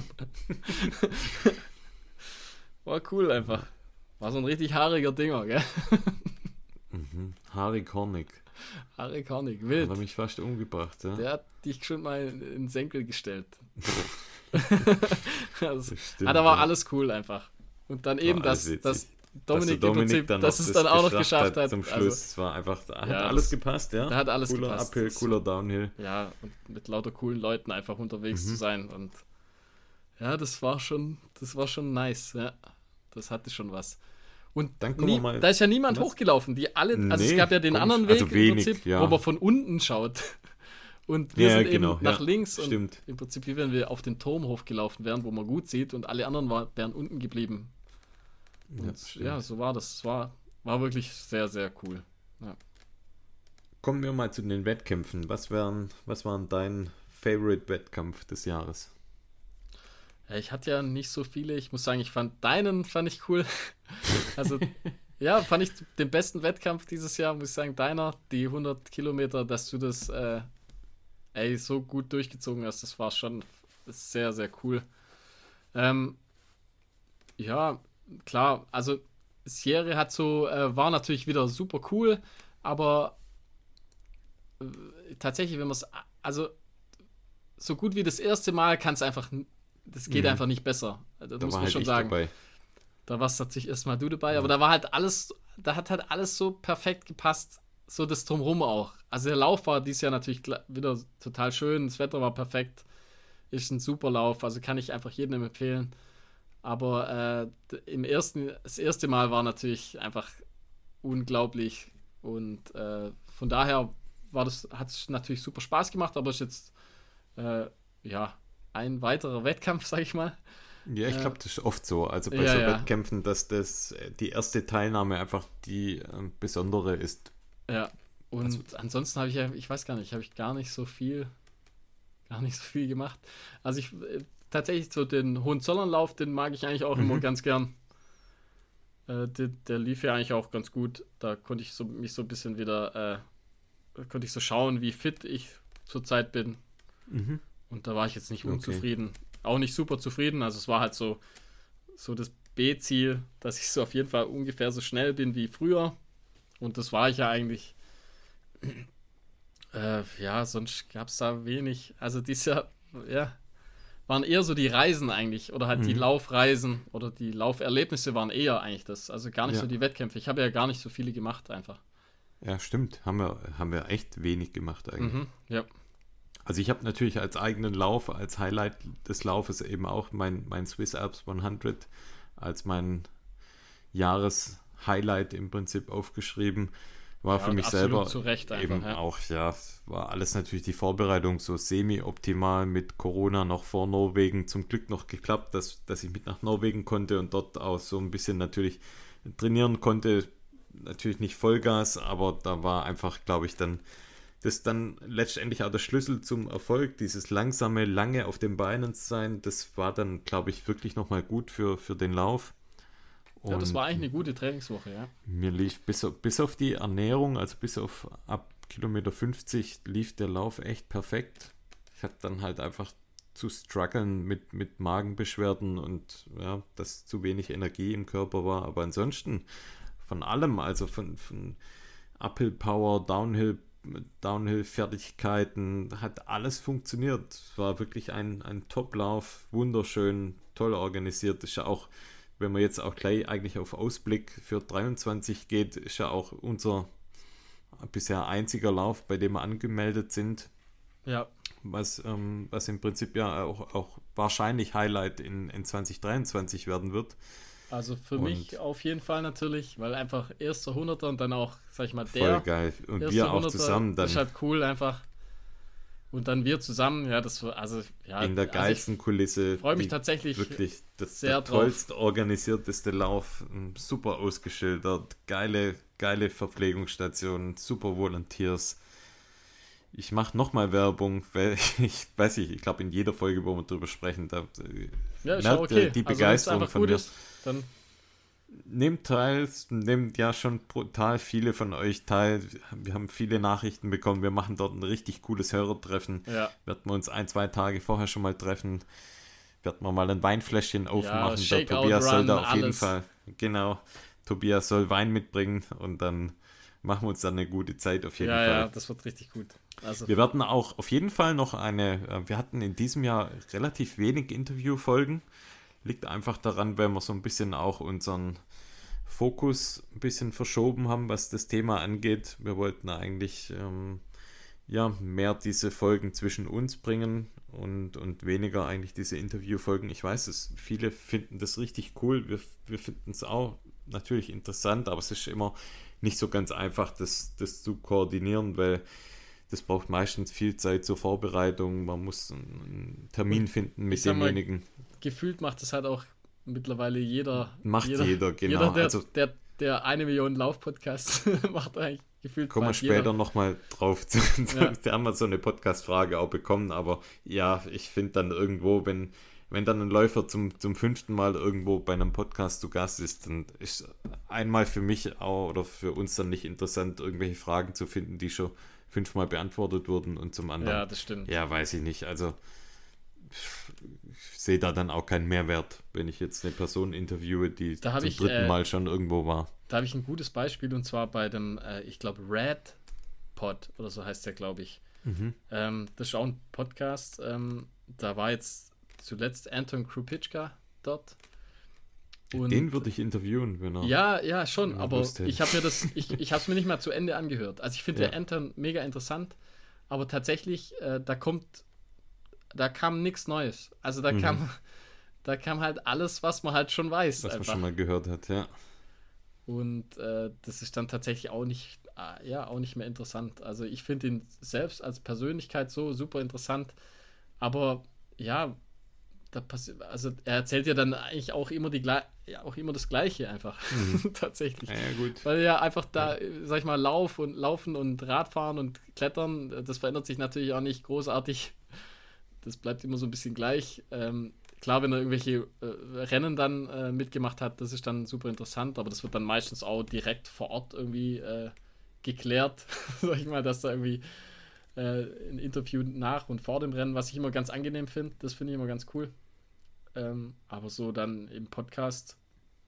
War cool einfach. War so ein richtig haariger Dinger, gell? Mhm. Harry Connick. Haarig, Hornig, Hat wild. er mich fast umgebracht, ja? Der hat dich schon mal in in den Senkel gestellt. Also, Das stimmt, ah, da war ja. alles cool einfach. Und dann eben, alles dass, witzig. dass Dass Dominik, der im Prinzip, dann dass noch es das dann auch noch geschafft hat. Zum Schluss. Also, Es war einfach, da hat Ja, alles das- gepasst, ja? da hat alles cooler gepasst. Uphill, So- cooler Downhill. ja, und mit lauter coolen Leuten einfach unterwegs Mhm. zu sein. Und ja, das war schon, das war schon nice, ja. Das hatte schon was. Und Dann kommen nie, wir mal- da ist ja niemand Was? hochgelaufen. Die alle, also es Nee, gab ja den komisch. anderen Weg Also wenig, im Prinzip, ja. wo man von unten schaut. Und wir Ja, sind genau, eben nach ja, links und stimmt. im Prinzip, wie wenn wir auf den Turm hochgelaufen wären, wo man gut sieht und alle anderen war, wären unten geblieben. Ja, Und stimmt. ja, so war das. Es war, war wirklich sehr, sehr cool. Kommen wir mal zu den Wettkämpfen. Was wären, was waren dein Favorite-Wettkampf des Jahres? Ja, ich hatte ja nicht so viele. Ich muss sagen, ich fand deinen fand ich cool. Also, ja, fand ich den besten Wettkampf dieses Jahr, muss ich sagen, deiner, die hundert Kilometer, dass du das äh, ey, so gut durchgezogen hast, das war schon sehr, sehr cool. Ähm, ja, klar, also Sierre hat so, äh, war natürlich wieder super cool, aber äh, tatsächlich, wenn man es, also so gut wie das erste Mal kann es einfach, n- das geht Mhm. einfach nicht besser. Also, Da muss war man halt schon ich sagen. dabei. Da warst tatsächlich erstmal du dabei, aber da war halt alles, da hat halt alles so perfekt gepasst, so das Drumherum auch. Also der Lauf war dieses Jahr natürlich gla- wieder total schön, das Wetter war perfekt, ist ein super Lauf, also kann ich einfach jedem empfehlen. Aber äh, d- im ersten, das erste Mal war natürlich einfach unglaublich und äh, von daher war das, hat es natürlich super Spaß gemacht, aber ist jetzt äh, ja ein weiterer Wettkampf, sag ich mal. Ja, ich Äh, glaube, das ist oft so. Also bei ja, so ja. Wettkämpfen, dass das äh, die erste Teilnahme einfach die ähm, besondere ist. Ja, und ansonsten habe ich ja, ich weiß gar nicht, habe ich gar nicht so viel, gar nicht so viel gemacht. Also ich, äh, tatsächlich so den Hohenzollernlauf, den mag ich eigentlich auch immer Mhm. ganz gern. Äh, der, der lief ja eigentlich auch ganz gut. Da konnte ich so, mich so ein bisschen wieder, äh, konnte ich so schauen, wie fit ich zurzeit bin. Mhm. Und da war ich jetzt nicht Okay. unzufrieden. Auch nicht super zufrieden. Also es war halt so, so das B-Ziel, dass ich so auf jeden Fall ungefähr so schnell bin wie früher. Und das war ich ja eigentlich. Äh, ja, sonst gab es da wenig. Also dieses Jahr, ja, waren eher so die Reisen eigentlich. Oder halt die Mhm. Laufreisen oder die Lauferlebnisse waren eher eigentlich das. Also gar nicht Ja. so die Wettkämpfe. Ich habe ja gar nicht so viele gemacht einfach. Ja, stimmt. Haben wir, haben wir echt wenig gemacht eigentlich. Mhm, ja. Also ich habe natürlich als eigenen Lauf, als Highlight des Laufes eben auch mein, mein Swiss Alps hundert als mein Jahreshighlight im Prinzip aufgeschrieben. War Ja, für und mich absolut selber zu Recht einfach, eben ja. auch, ja, war alles natürlich die Vorbereitung so semi-optimal mit Corona noch vor Norwegen. Zum Glück noch geklappt, dass, dass ich mit nach Norwegen konnte und dort auch so ein bisschen natürlich trainieren konnte. Natürlich nicht Vollgas, aber da war einfach, glaube ich, dann das dann letztendlich auch der Schlüssel zum Erfolg, dieses langsame, lange auf den Beinen sein, das war dann, glaube ich, wirklich nochmal gut für, für den Lauf. Ja, das Und war eigentlich eine gute Trainingswoche, ja. mir lief bis auf, bis auf die Ernährung, also bis auf ab Kilometer fünfzig, lief der Lauf echt perfekt. Ich hatte dann halt einfach zu strugglen mit, mit Magenbeschwerden und ja, dass zu wenig Energie im Körper war. Aber ansonsten von allem, also von, von Uphill Power, Downhill, Downhill-Fertigkeiten, hat alles funktioniert. Es war wirklich ein, ein Top-Lauf, wunderschön, toll organisiert. Ist ja auch, wenn man jetzt auch gleich eigentlich auf Ausblick für dreiundzwanzig geht, ist ja auch unser bisher einziger Lauf, bei dem wir angemeldet sind, Ja, was, ähm, was im Prinzip ja auch, auch wahrscheinlich Highlight in, in zwanzig dreiundzwanzig werden wird. also für Und- mich auf jeden Fall natürlich, weil einfach erster Hunderter und dann auch, sag ich mal, Voll der geil. Und erste wir auch Hunderter zusammen dann ist halt cool einfach. Und dann wir zusammen, ja, das war, also, ja. in der also geilsten Kulisse. ich freue mich die tatsächlich wirklich das, sehr der drauf. tollst organisierteste Lauf, m, super ausgeschildert, geile, geile Verpflegungsstation, super Volunteers. ich mache nochmal Werbung, weil ich weiß nicht, ich glaube in jeder Folge, wo wir drüber sprechen, da ja, ist okay. die Also, Begeisterung einfach von gut mir. Ist, dann Nehmt teil, nehmt ja schon brutal viele von euch teil. Wir haben viele Nachrichten bekommen. Wir machen dort ein richtig cooles Hörertreffen. ja. Werden wir uns ein, zwei Tage vorher schon mal treffen. Werden wir mal ein Weinfläschchen aufmachen. Der Shakeout, Tobias soll Run, da auf jeden alles. Fall, genau, Tobias soll Wein mitbringen und dann machen wir uns dann eine gute Zeit auf jeden Ja, Fall. ja, das wird richtig gut. Also, Wir werden auch auf jeden Fall noch eine, äh, wir hatten in diesem Jahr relativ wenig Interviewfolgen. Liegt einfach daran, weil wir so ein bisschen auch unseren Fokus ein bisschen verschoben haben, was das Thema angeht. Wir wollten eigentlich ähm, ja, mehr diese Folgen zwischen uns bringen und, und weniger eigentlich diese Interviewfolgen. Ich weiß es, viele finden das richtig cool. Wir, wir finden es auch natürlich interessant, aber es ist immer nicht so ganz einfach, das, das zu koordinieren, weil das braucht meistens viel Zeit zur Vorbereitung. Man muss einen Termin Und finden mit ich sag mal, demjenigen. gefühlt macht das halt auch mittlerweile jeder. Macht jeder, jeder genau. Jeder, der, Also, der, der eine Million Lauf-Podcast macht eigentlich gefühlt kommen wir fast später jeder. nochmal drauf. Ja. Wir haben mal so eine Podcast-Frage auch bekommen, aber ja, ich finde dann irgendwo, wenn, wenn dann ein Läufer zum, zum fünften Mal irgendwo bei einem Podcast zu Gast ist, dann ist einmal für mich auch oder für uns dann nicht interessant, irgendwelche Fragen zu finden, die schon fünfmal beantwortet wurden und zum anderen, Ja, das stimmt. ja, weiß ich nicht. Also ich sehe da dann auch keinen Mehrwert, wenn ich jetzt eine Person interviewe, die Da hab zum ich, dritten äh, Mal schon irgendwo war. Da habe ich ein gutes Beispiel und zwar bei dem, äh, ich glaube, Red Pod oder so heißt der, glaube ich. Mhm. Ähm, das ist auch ein Podcast. Ähm, da war jetzt zuletzt Anton Krupitschka dort. Und Den würde ich interviewen, wenn er... ja, ja, schon, wenn er aber Lust hätte. ich habe mir das, ich, ich habe es mir nicht mal zu Ende angehört. Also ich finde Ja. der Anton mega interessant, aber tatsächlich, äh, da kommt, da kam nichts Neues. Also da Mhm. kam, da kam halt alles, was man halt schon weiß. Was man einfach. schon mal gehört hat, ja. Und äh, das ist dann tatsächlich auch nicht, äh, ja, auch nicht mehr interessant. Also ich finde ihn selbst als Persönlichkeit so super interessant, aber ja, da passiert, also er erzählt ja dann eigentlich auch immer die Gle- ja, auch immer das Gleiche einfach. Tatsächlich. Ja, ja, gut. Weil ja einfach da, sag ich mal, Lauf und Laufen und Radfahren und Klettern, das verändert sich natürlich auch nicht großartig. Das bleibt immer so ein bisschen gleich. Ähm, klar, wenn er irgendwelche äh, Rennen dann äh, mitgemacht hat, das ist dann super interessant, aber das wird dann meistens auch direkt vor Ort irgendwie äh, geklärt, sag ich mal, dass da irgendwie äh, ein Interview nach und vor dem Rennen, was ich immer ganz angenehm finde, das finde ich immer ganz cool. Ähm, aber so dann im Podcast,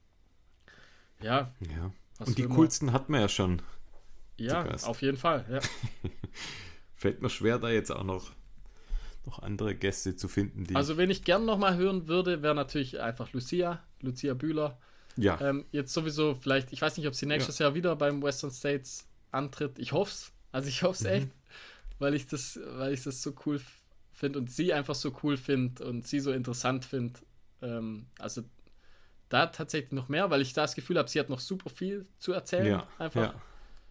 ja. Ja. was Und die will man- coolsten hat man ja schon. Ja, Gast. auf jeden Fall, ja. Fällt mir schwer, da jetzt auch noch, noch andere Gäste zu finden, die... Also, wen ich gern nochmal hören würde, wäre natürlich einfach Lucia, Lucia Bühler. ja, Ähm, jetzt sowieso vielleicht, ich weiß nicht, ob sie nächstes Jahr wieder beim Western States antritt. Ich hoffe es. Also ich hoffe es Mhm. echt, weil ich das, weil ich das so cool finde und sie einfach so cool finde und sie so interessant finde. Ähm, also da tatsächlich noch mehr, weil ich da das Gefühl habe, sie hat noch super viel zu erzählen. ja, einfach. ja.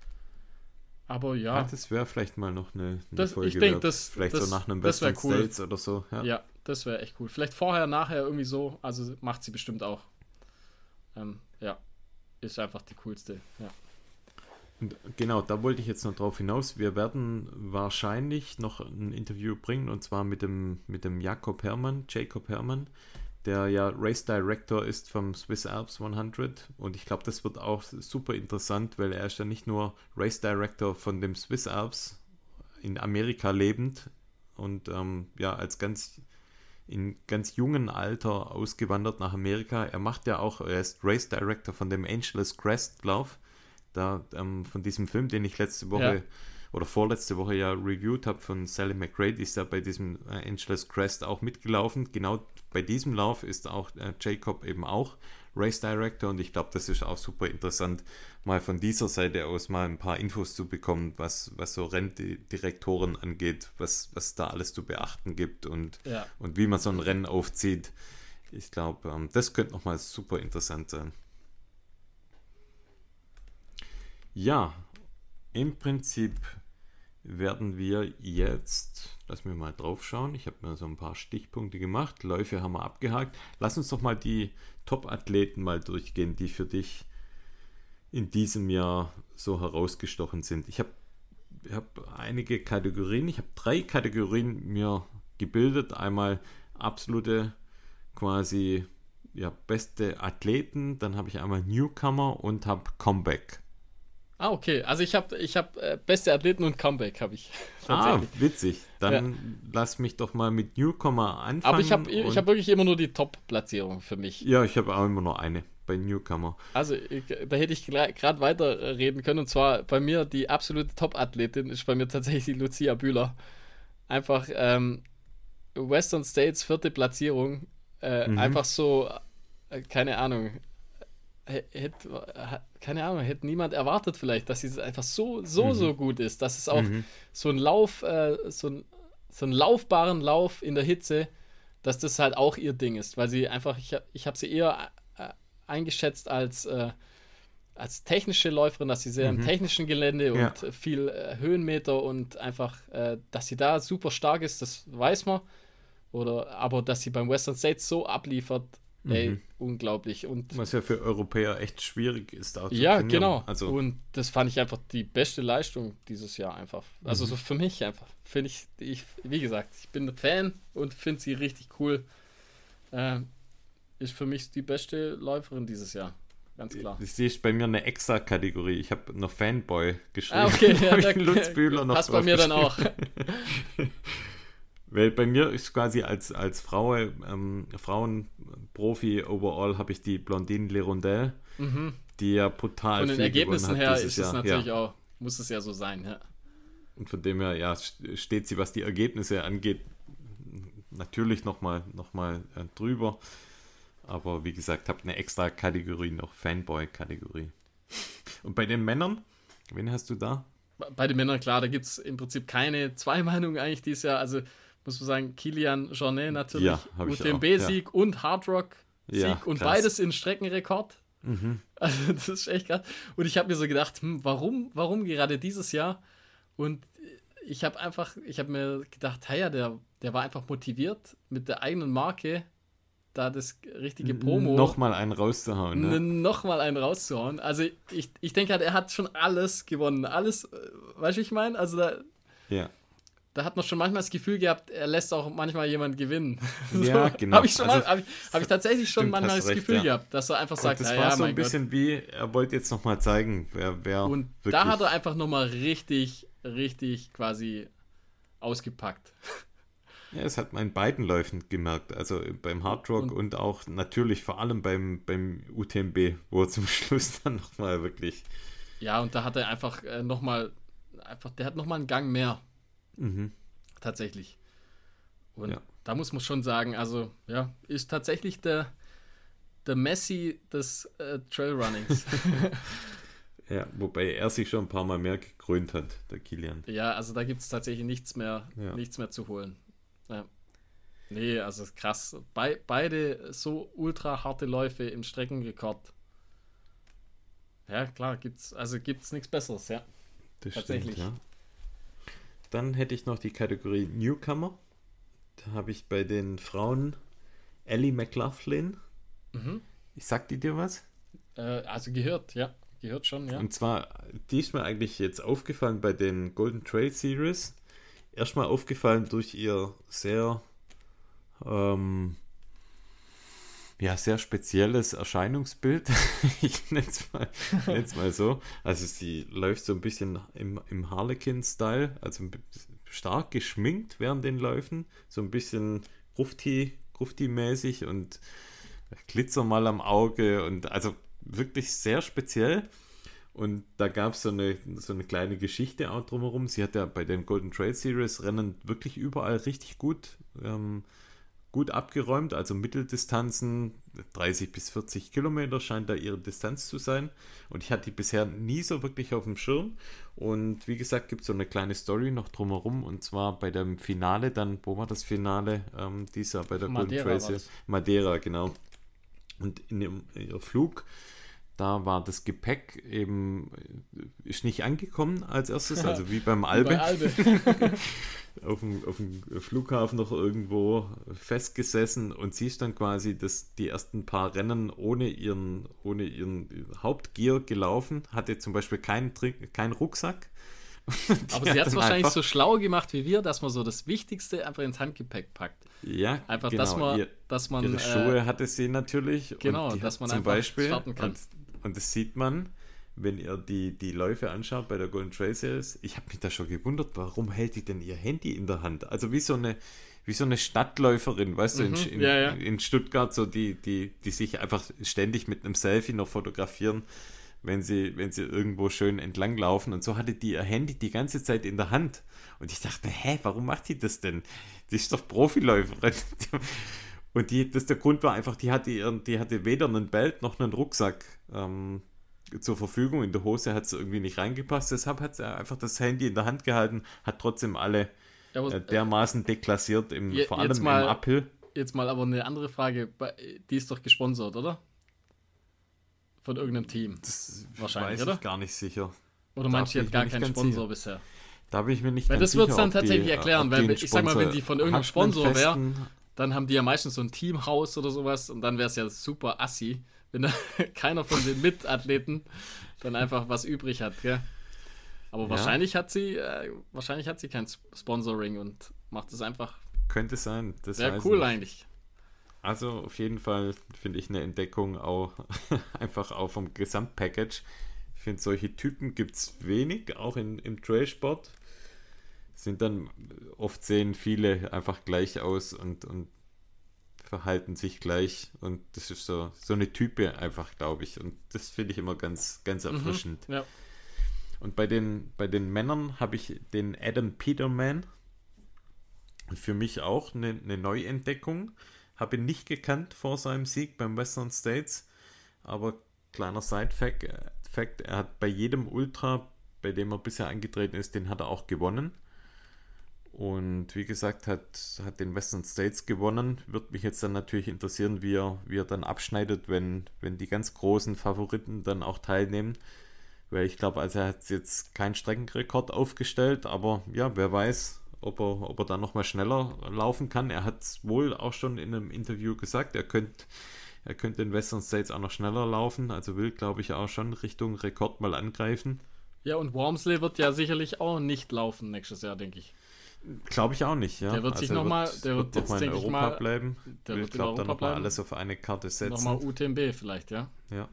Aber Ja, ja, das wäre vielleicht mal noch eine, eine Das- Folge ich denk, wert. das- Vielleicht das- so nach einem das wär Western cool. States oder so. Ja. ja, das wäre echt cool. Vielleicht vorher, nachher irgendwie so. Also macht sie bestimmt auch. Ähm, ja, ist einfach die coolste. Ja. Und genau, da wollte ich jetzt noch drauf hinaus. Wir werden wahrscheinlich noch ein Interview bringen, und zwar mit dem, mit dem Jakob Herrmann, Jacob Herrmann, der ja Race Director ist vom Swiss Alps hundert. Und ich glaube, das wird auch super interessant, weil er ist ja nicht nur Race Director von dem Swiss Alps in Amerika lebend und ähm, ja, als ganz in ganz jungen Alter ausgewandert nach Amerika. Er macht ja auch, er ist Race Director von dem Angeles Crest Lauf, da ähm, von diesem Film, den ich letzte Woche Ja. oder vorletzte Woche ja reviewed habe von Sally McRae, die ist ja bei diesem äh, Angeles Crest auch mitgelaufen. Genau bei diesem Lauf ist auch äh, Jacob eben auch Race Director, und ich glaube, das ist auch super interessant, mal von dieser Seite aus mal ein paar Infos zu bekommen, was, was so Renndirektoren angeht, was, was da alles zu beachten gibt und, Ja. und wie man so ein Rennen aufzieht. Ich glaube, ähm, das könnte nochmal super interessant sein. Ja, im Prinzip werden wir jetzt, lass mir mal drauf schauen, ich habe mir so ein paar Stichpunkte gemacht, Läufe haben wir abgehakt. Lass uns doch mal die Top-Athleten mal durchgehen, die für dich in diesem Jahr so herausgestochen sind. Ich habe hab einige Kategorien. Ich habe drei Kategorien mir gebildet. Einmal absolute quasi ja, beste Athleten, dann habe ich einmal Newcomer und habe Comeback. Ah, okay. Also ich habe ich hab, äh, beste Athleten und Comeback habe ich. Ah, witzig. Dann ja. lass mich doch mal mit Newcomer anfangen. Aber ich habe ich hab wirklich immer nur die Top-Platzierung für mich. Ja, ich habe auch immer nur eine bei Newcomer. Also ich, da hätte ich gerade weiter reden können. Und zwar bei mir die absolute Top-Athletin ist bei mir tatsächlich Lucia Bühler. Einfach ähm, Western States vierte Platzierung. Äh, mhm. Einfach so, äh, keine Ahnung, hätte, keine Ahnung, hätte niemand erwartet vielleicht, dass sie einfach so, so, mhm. so gut ist, dass es auch mhm. so ein Lauf, äh, so, ein, so einen laufbaren Lauf in der Hitze, dass das halt auch ihr Ding ist, weil sie einfach, ich, ich habe sie eher äh, eingeschätzt als, äh, als technische Läuferin, dass sie sehr mhm. im technischen Gelände und ja. viel äh, Höhenmeter und einfach, äh, dass sie da super stark ist, das weiß man, oder, aber dass sie beim Western States so abliefert, ey, mhm. unglaublich. Und was ja für Europäer echt schwierig ist, da zu ja, trainieren. Genau. Also und das fand ich einfach die beste Leistung dieses Jahr einfach. Also mhm. so für mich einfach. Finde ich, ich, wie gesagt, ich bin ein Fan und finde sie richtig cool. Äh, ist für mich die beste Läuferin dieses Jahr. Ganz klar. Ich sehe bei mir eine extra Kategorie. Ich habe noch Fanboy geschrieben. Ah, okay. Ja, da Lutz Bühler noch passt bei mir dann auch. Weil bei mir ist quasi als, als Frau, ähm, Frauenprofi overall habe ich die Blondine Lerondelle, mhm. die ja brutal von den viel Ergebnissen her ist Jahr. es natürlich ja. auch, muss es ja so sein, ja. Und von dem her, ja, steht sie, was die Ergebnisse angeht, natürlich nochmal noch mal, äh, drüber. Aber wie gesagt, habe eine extra Kategorie noch, Fanboy-Kategorie. Und bei den Männern, wen hast du da? Bei den Männern, klar, da gibt es im Prinzip keine zwei Meinungen eigentlich dieses Jahr. Also muss man sagen, Kilian Jornet natürlich, ja, U T M B-Sieg ja. und Hardrock-Sieg ja, und beides in Streckenrekord. Mhm. Also das ist echt krass. Und ich habe mir so gedacht, hm, warum, warum gerade dieses Jahr? Und ich habe einfach, ich habe mir gedacht, hey, ja, der, der war einfach motiviert mit der eigenen Marke, da das richtige Promo. Nochmal einen rauszuhauen. Ne? Nochmal einen rauszuhauen. Also ich, ich denke halt, er hat schon alles gewonnen. Alles, weißt du, ich meine? Also da, ja. da hat man schon manchmal das Gefühl gehabt, er lässt auch manchmal jemanden gewinnen. Ja, so, genau. Habe ich, schon also, mal, hab ich, hab ich tatsächlich schon stimmt, manchmal das recht, Gefühl ja. gehabt, dass er einfach sagt, das ja, war ja, so ein mein bisschen Gott. wie, er wollte jetzt nochmal zeigen, wer, wer Und wirklich... da hat er einfach nochmal richtig, richtig quasi ausgepackt. Ja, das hat man in beiden Läufen gemerkt, also beim Hardrock und, und auch natürlich vor allem beim, beim U T M B, wo er zum Schluss dann nochmal wirklich... Ja, und da hat er einfach äh, nochmal, einfach, der hat nochmal einen Gang mehr. Mhm. Tatsächlich. Und ja. da muss man schon sagen, also ja, ist tatsächlich der, der Messi des äh, Trailrunnings. Ja, wobei er sich schon ein paar Mal mehr gekrönt hat, der Kilian. Ja, also da gibt es tatsächlich nichts mehr, ja. nichts mehr zu holen. Ja. Nee, also krass. Be- beide so ultra harte Läufe im Streckenrekord. Ja, klar, gibt's, also gibt's nichts Besseres, ja. Das tatsächlich. Stimmt, ja. Dann hätte ich noch die Kategorie Newcomer. Da habe ich bei den Frauen Ellie McLaughlin. Mhm. Ich sag die dir was? Äh, also gehört, ja. Gehört schon, ja. Und zwar, die ist mir eigentlich jetzt aufgefallen bei den Golden Trail Series. Erstmal aufgefallen durch ihr sehr ähm, ja, sehr spezielles Erscheinungsbild. Ich nenne es mal, nenn's mal so. Also sie läuft so ein bisschen im, im Harlequin-Style, also stark geschminkt während den Läufen, so ein bisschen Grufti, Grufti-mäßig und Glitzer mal am Auge und also wirklich sehr speziell. Und da gab es so eine, so eine kleine Geschichte auch drumherum. Sie hat ja bei den Golden Trail Series Rennen wirklich überall richtig gut, ähm, gut abgeräumt. Also Mitteldistanzen, dreißig bis vierzig Kilometer scheint da ihre Distanz zu sein. Und ich hatte die bisher nie so wirklich auf dem Schirm. Und wie gesagt, gibt es so eine kleine Story noch drumherum. Und zwar bei dem Finale dann, wo war das Finale ähm, dieser bei der Madeira Golden Trail Series? Madeira, genau. Und in ihrem, in ihrem Flug, da war das Gepäck eben, ist nicht angekommen als erstes, also wie beim Albe. Bei Albe. auf, dem, auf dem Flughafen noch irgendwo festgesessen und sie ist dann quasi das, die ersten paar Rennen ohne ihren, ohne ihren Hauptgear gelaufen, hatte zum Beispiel keinen, keinen Rucksack, Aber sie hat es wahrscheinlich einfach so schlau gemacht wie wir, dass man so das Wichtigste einfach ins Handgepäck packt. Ja, einfach, genau. dass man, Ihr, dass man ihre Schuhe äh, hatte sie natürlich. Genau, und die dass man zum einfach Beispiel, starten kann. Und, und das sieht man, wenn ihr die, die Läufe anschaut bei der Golden Trail Series. Ich habe mich da schon gewundert, warum hält die denn ihr Handy in der Hand? Also wie so eine, wie so eine Stadtläuferin, weißt Mhm, du, in, in, ja, ja. in Stuttgart, so die, die, die sich einfach ständig mit einem Selfie noch fotografieren, wenn sie, wenn sie irgendwo schön entlang laufen. Und so hatte die ihr Handy die ganze Zeit in der Hand. Und ich dachte, hä, warum macht die das denn? Die ist doch Profiläuferin. Und die, das der Grund war einfach, die hatte, ihren, die hatte weder einen Belt noch einen Rucksack ähm, zur Verfügung. In der Hose hat sie irgendwie nicht reingepasst. Deshalb hat sie einfach das Handy in der Hand gehalten, hat trotzdem alle Ja, aber, äh, dermaßen deklassiert, im, je, vor allem jetzt mal, im Uphill. Jetzt mal aber eine andere Frage. Die ist doch gesponsert, oder? Von irgendeinem Team. Das Wahrscheinlich, weiß oder? ich gar nicht sicher. Oder meinst du, Da die bin hat ich gar mir keinen nicht ganz Sponsor sicher. bisher? Da bin ich mir nicht Weil ganz das wird es sicher, dann ob tatsächlich die, erklären, ob weil die einen ich sag mal, wenn die von irgendeinem hat einen Sponsor wäre, festen- dann haben die ja meistens so ein Teamhaus oder sowas und dann wäre es ja super assi, wenn da keiner von den Mitathleten dann einfach was übrig hat, gell? Aber Ja. wahrscheinlich hat sie, äh, wahrscheinlich hat sie kein Sponsoring und macht es einfach. Könnte sein. Das Wäre weiß cool ich. eigentlich. Also auf jeden Fall finde ich eine Entdeckung auch einfach auch vom Gesamtpackage. Ich finde, solche Typen gibt es wenig, auch in, im Trailsport. Sind dann, oft sehen viele einfach gleich aus und, und verhalten sich gleich. Und das ist so, so eine Type einfach, glaube ich. Und das finde ich immer ganz, ganz erfrischend. Ja. Und bei den, bei den Männern habe ich den Adam Peterman. Für mich auch eine, eine Neuentdeckung. Habe ihn nicht gekannt vor seinem Sieg beim Western States. Aber kleiner Side-Fact, äh, Fact, er hat bei jedem Ultra, bei dem er bisher angetreten ist, den hat er auch gewonnen. Und wie gesagt, hat, hat den Western States gewonnen. Würde mich jetzt dann natürlich interessieren, wie er, wie er dann abschneidet, wenn, wenn die ganz großen Favoriten dann auch teilnehmen. Weil ich glaube, also er hat jetzt keinen Streckenrekord aufgestellt, aber ja, wer weiß, ob er, ob er dann nochmal schneller laufen kann. Er hat es wohl auch schon in einem Interview gesagt, er könnte er könnte in Western States auch noch schneller laufen, also will, glaube ich, auch schon Richtung Rekord mal angreifen. Ja, und Wormsley wird ja sicherlich auch nicht laufen nächstes Jahr, denke ich. Glaube ich auch nicht, ja. Der wird sich noch er mal- der wird noch jetzt, mal in denke ich Europa mal, bleiben. der will, wird in glaube Europa dann nochmal bleiben. alles auf eine Karte setzen. Nochmal U T M B vielleicht, ja. Ja.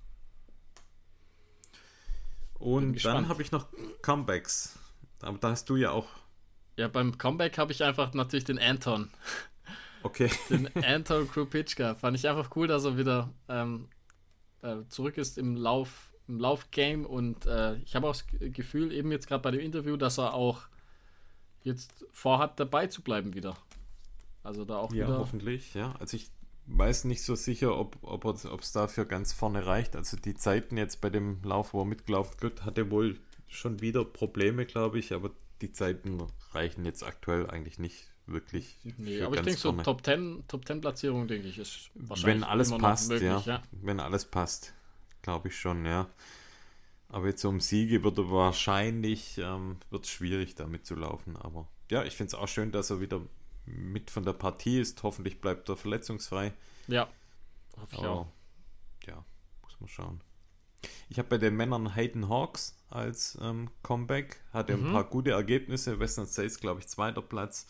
Bin Und gespannt. dann habe ich noch Comebacks. Aber da hast du ja auch. Ja, beim Comeback habe ich einfach natürlich den Anton. Okay. Den Anton Krupitschka. Fand ich einfach cool, dass er wieder ähm, äh, zurück ist im Lauf, im Laufgame und äh, ich habe auch das Gefühl, eben jetzt gerade bei dem Interview, dass er auch jetzt vorhat, dabei zu bleiben wieder. Also da auch Ja, wieder. hoffentlich, ja. Also ich weiß nicht so sicher, ob ob es ob es dafür ganz vorne reicht. Also die Zeiten jetzt bei dem Lauf, wo er mitgelaufen wird, hatte wohl schon wieder Probleme, glaube ich, aber die Zeiten reichen jetzt aktuell eigentlich nicht wirklich Nee, für aber ich ganz denke so vorne. Top zehn, Top zehn Platzierung, denke ich, ist wahrscheinlich Wenn alles immer noch passt, möglich, ja. ja. Wenn alles passt, glaube ich schon, ja. Aber jetzt so um Siege wird er wahrscheinlich, ähm, wird schwierig damit zu laufen. Aber ja, ich finde es auch schön, dass er wieder mit von der Partie ist. Hoffentlich bleibt er verletzungsfrei. Ja, hoffe ich Aber auch. ja, muss man schauen. Ich habe bei den Männern Hayden Hawks als ähm, Comeback. Hatte Mhm. ein paar gute Ergebnisse. Western States, glaube ich, zweiter Platz.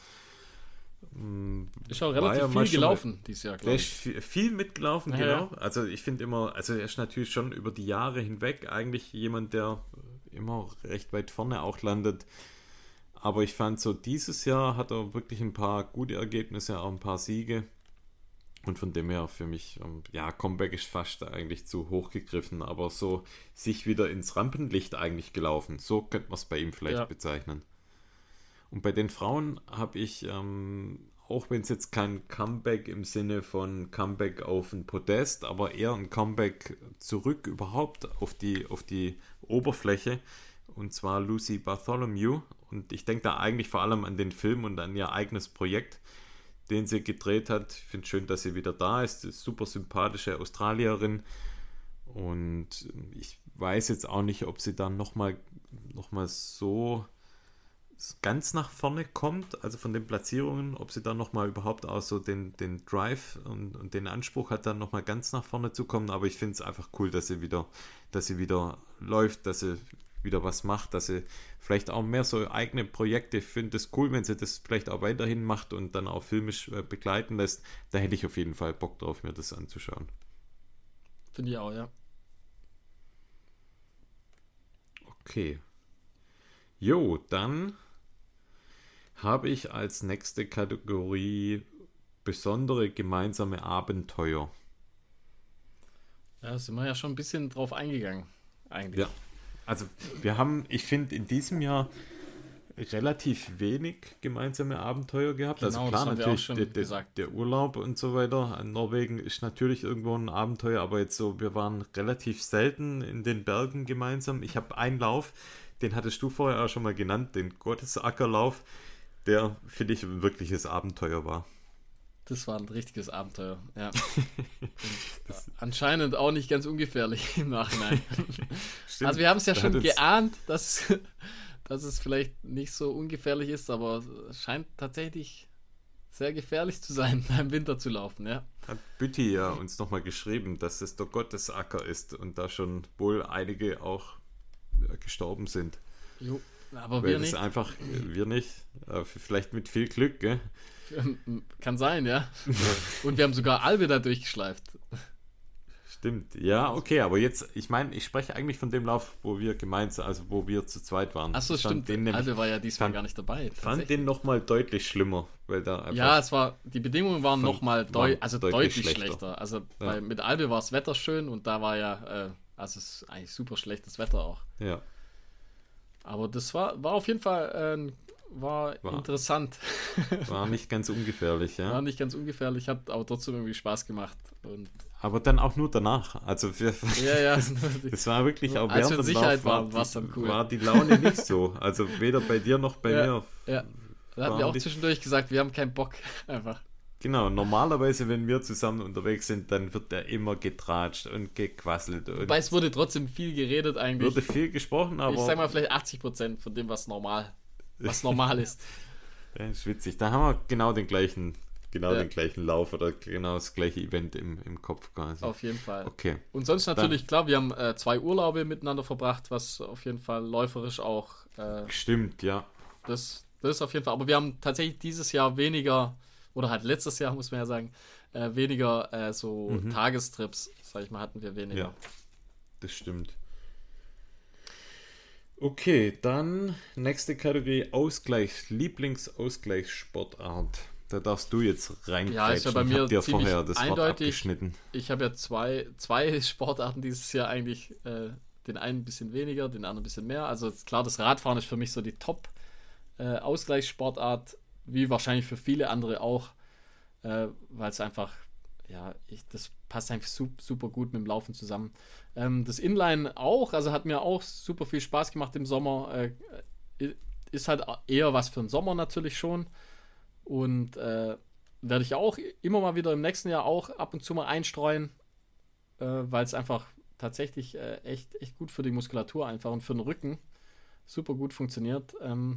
Mm, Ist auch war relativ ja viel mal schon mal- gelaufen dieses Jahr, Der glaube ist ich. viel, viel mitgelaufen, Ja, genau. Also ich finde immer, also er ist natürlich schon über die Jahre hinweg eigentlich jemand, der immer recht weit vorne auch landet. Aber ich fand so, dieses Jahr hat er wirklich ein paar gute Ergebnisse, auch ein paar Siege. Und von dem her für mich, ähm, ja, Comeback ist fast eigentlich zu hoch gegriffen, aber so sich wieder ins Rampenlicht eigentlich gelaufen. So könnte man es bei ihm vielleicht Ja. bezeichnen. Und bei den Frauen habe ich, ähm, auch wenn es jetzt kein Comeback im Sinne von Comeback auf ein Podest, aber eher ein Comeback zurück überhaupt auf die, auf die Oberfläche, und zwar Lucy Bartholomew. Und ich denke da eigentlich vor allem an den Film und an ihr eigenes Projekt, den sie gedreht hat. Ich finde es schön, dass sie wieder da ist. Sie ist super sympathische Australierin. Und ich weiß jetzt auch nicht, ob sie dann nochmal noch mal so ganz nach vorne kommt, also von den Platzierungen, ob sie dann nochmal überhaupt auch so den, den Drive und, und den Anspruch hat, dann nochmal ganz nach vorne zu kommen. Aber ich finde es einfach cool, dass sie wieder, dass sie wieder läuft, dass sie wieder was macht, dass sie vielleicht auch mehr so eigene Projekte, ich finde es cool, wenn sie das vielleicht auch weiterhin macht und dann auch filmisch äh, begleiten lässt. Da hätte ich auf jeden Fall Bock drauf, mir das anzuschauen. Finde ich auch, ja. Okay. Jo, dann habe ich als nächste Kategorie besondere gemeinsame Abenteuer. Ja, sind wir ja schon ein bisschen drauf eingegangen, eigentlich. Ja, also wir haben, ich finde, in diesem Jahr relativ wenig gemeinsame Abenteuer gehabt. Genau, also das klar, haben wir auch natürlich schon der, der, gesagt. der Urlaub und so weiter an Norwegen ist natürlich irgendwo ein Abenteuer, aber jetzt so, wir waren relativ selten in den Bergen gemeinsam. Ich habe einen Lauf, den hattest du vorher auch schon mal genannt, den Gottesackerlauf, der, finde ich, ein wirkliches Abenteuer war. Das war ein richtiges Abenteuer, ja. Und anscheinend auch nicht ganz ungefährlich im Nachhinein. Stimmt, also wir haben es ja da schon hat uns- geahnt, dass, dass es vielleicht nicht so ungefährlich ist, aber es scheint tatsächlich sehr gefährlich zu sein, da im Winter zu laufen, ja. Hat Bütti ja uns nochmal geschrieben, dass es der Gottesacker ist und da schon wohl einige auch ja, gestorben sind. Jo, aber Weil wir das nicht. einfach, äh, wir nicht, äh, vielleicht mit viel Glück, gell? Kann sein, ja. Und wir haben sogar Albe da durchgeschleift. Stimmt, ja, okay, aber jetzt, ich meine, ich spreche eigentlich von dem Lauf, wo wir gemeinsam, also wo wir zu zweit waren. Achso, Ich fand stimmt. Den nämlich, Albe war ja diesmal fand- gar nicht dabei. fand tatsächlich. den nochmal deutlich schlimmer, weil da einfach, Ja, es war, die Bedingungen waren Von- nochmal deu waren also deutlich deutlich, schlechter. schlechter. Also Ja. bei, mit Albe war das Wetter schön und da war ja, äh, also es ist eigentlich super schlechtes Wetter auch. ja, Aber das war, war auf jeden Fall, äh, war, War- interessant. war nicht ganz ungefährlich, ja. War nicht ganz ungefährlich, hat aber trotzdem irgendwie Spaß gemacht. Und Aber dann auch nur danach, also wir, ja, ja. das war wirklich auch Als während wir in dem Sicherheit Lauf war, waren, war's dann die, cool. war die Laune nicht so, also weder bei dir noch bei Ja. mir. Ja. Da hatten War wir auch nicht- zwischendurch gesagt, wir haben keinen Bock. Einfach. Genau, normalerweise, wenn wir zusammen unterwegs sind, dann wird da immer getratscht und gequasselt und Wobei es wurde trotzdem viel geredet eigentlich. wurde viel gesprochen, aber Ich sag mal vielleicht achtzig Prozent von dem, was normal, was normal ist. ja, ist witzig. Da haben wir genau den gleichen, genau Ja. den gleichen Lauf oder genau das gleiche Event im, im Kopf quasi. Auf jeden Fall. Okay, Und sonst natürlich, klar, wir haben äh, zwei Urlaube miteinander verbracht, was auf jeden Fall läuferisch auch, äh, stimmt, ja. das, das ist auf jeden Fall, aber wir haben tatsächlich dieses Jahr weniger, oder halt letztes Jahr, muss man ja sagen, äh, weniger äh, so Mhm. Tagestrips, sag ich mal, hatten wir weniger. Ja, das stimmt. Okay, dann nächste Kategorie Ausgleich, Lieblingsausgleichssportart. Da darfst du jetzt rein. Ja, ist ja bei ich mir hab dir ziemlich vorher das Wort eindeutig. abgeschnitten. Ich habe ja zwei, zwei Sportarten dieses Jahr eigentlich, äh, den einen ein bisschen weniger, den anderen ein bisschen mehr. Also ist klar, das Radfahren ist für mich so die Top-Ausgleichssportart, wie wahrscheinlich für viele andere auch, äh, weil es einfach, ja, ich, das passt einfach su- super gut mit dem Laufen zusammen. Ähm, das Inline auch, also hat mir auch super viel Spaß gemacht im Sommer. Äh, ist halt eher was für den Sommer natürlich schon. Und äh, werde ich auch immer mal wieder im nächsten Jahr auch ab und zu mal einstreuen, äh, weil es einfach tatsächlich äh, echt, echt gut für die Muskulatur einfach und für den Rücken super gut funktioniert. Ähm,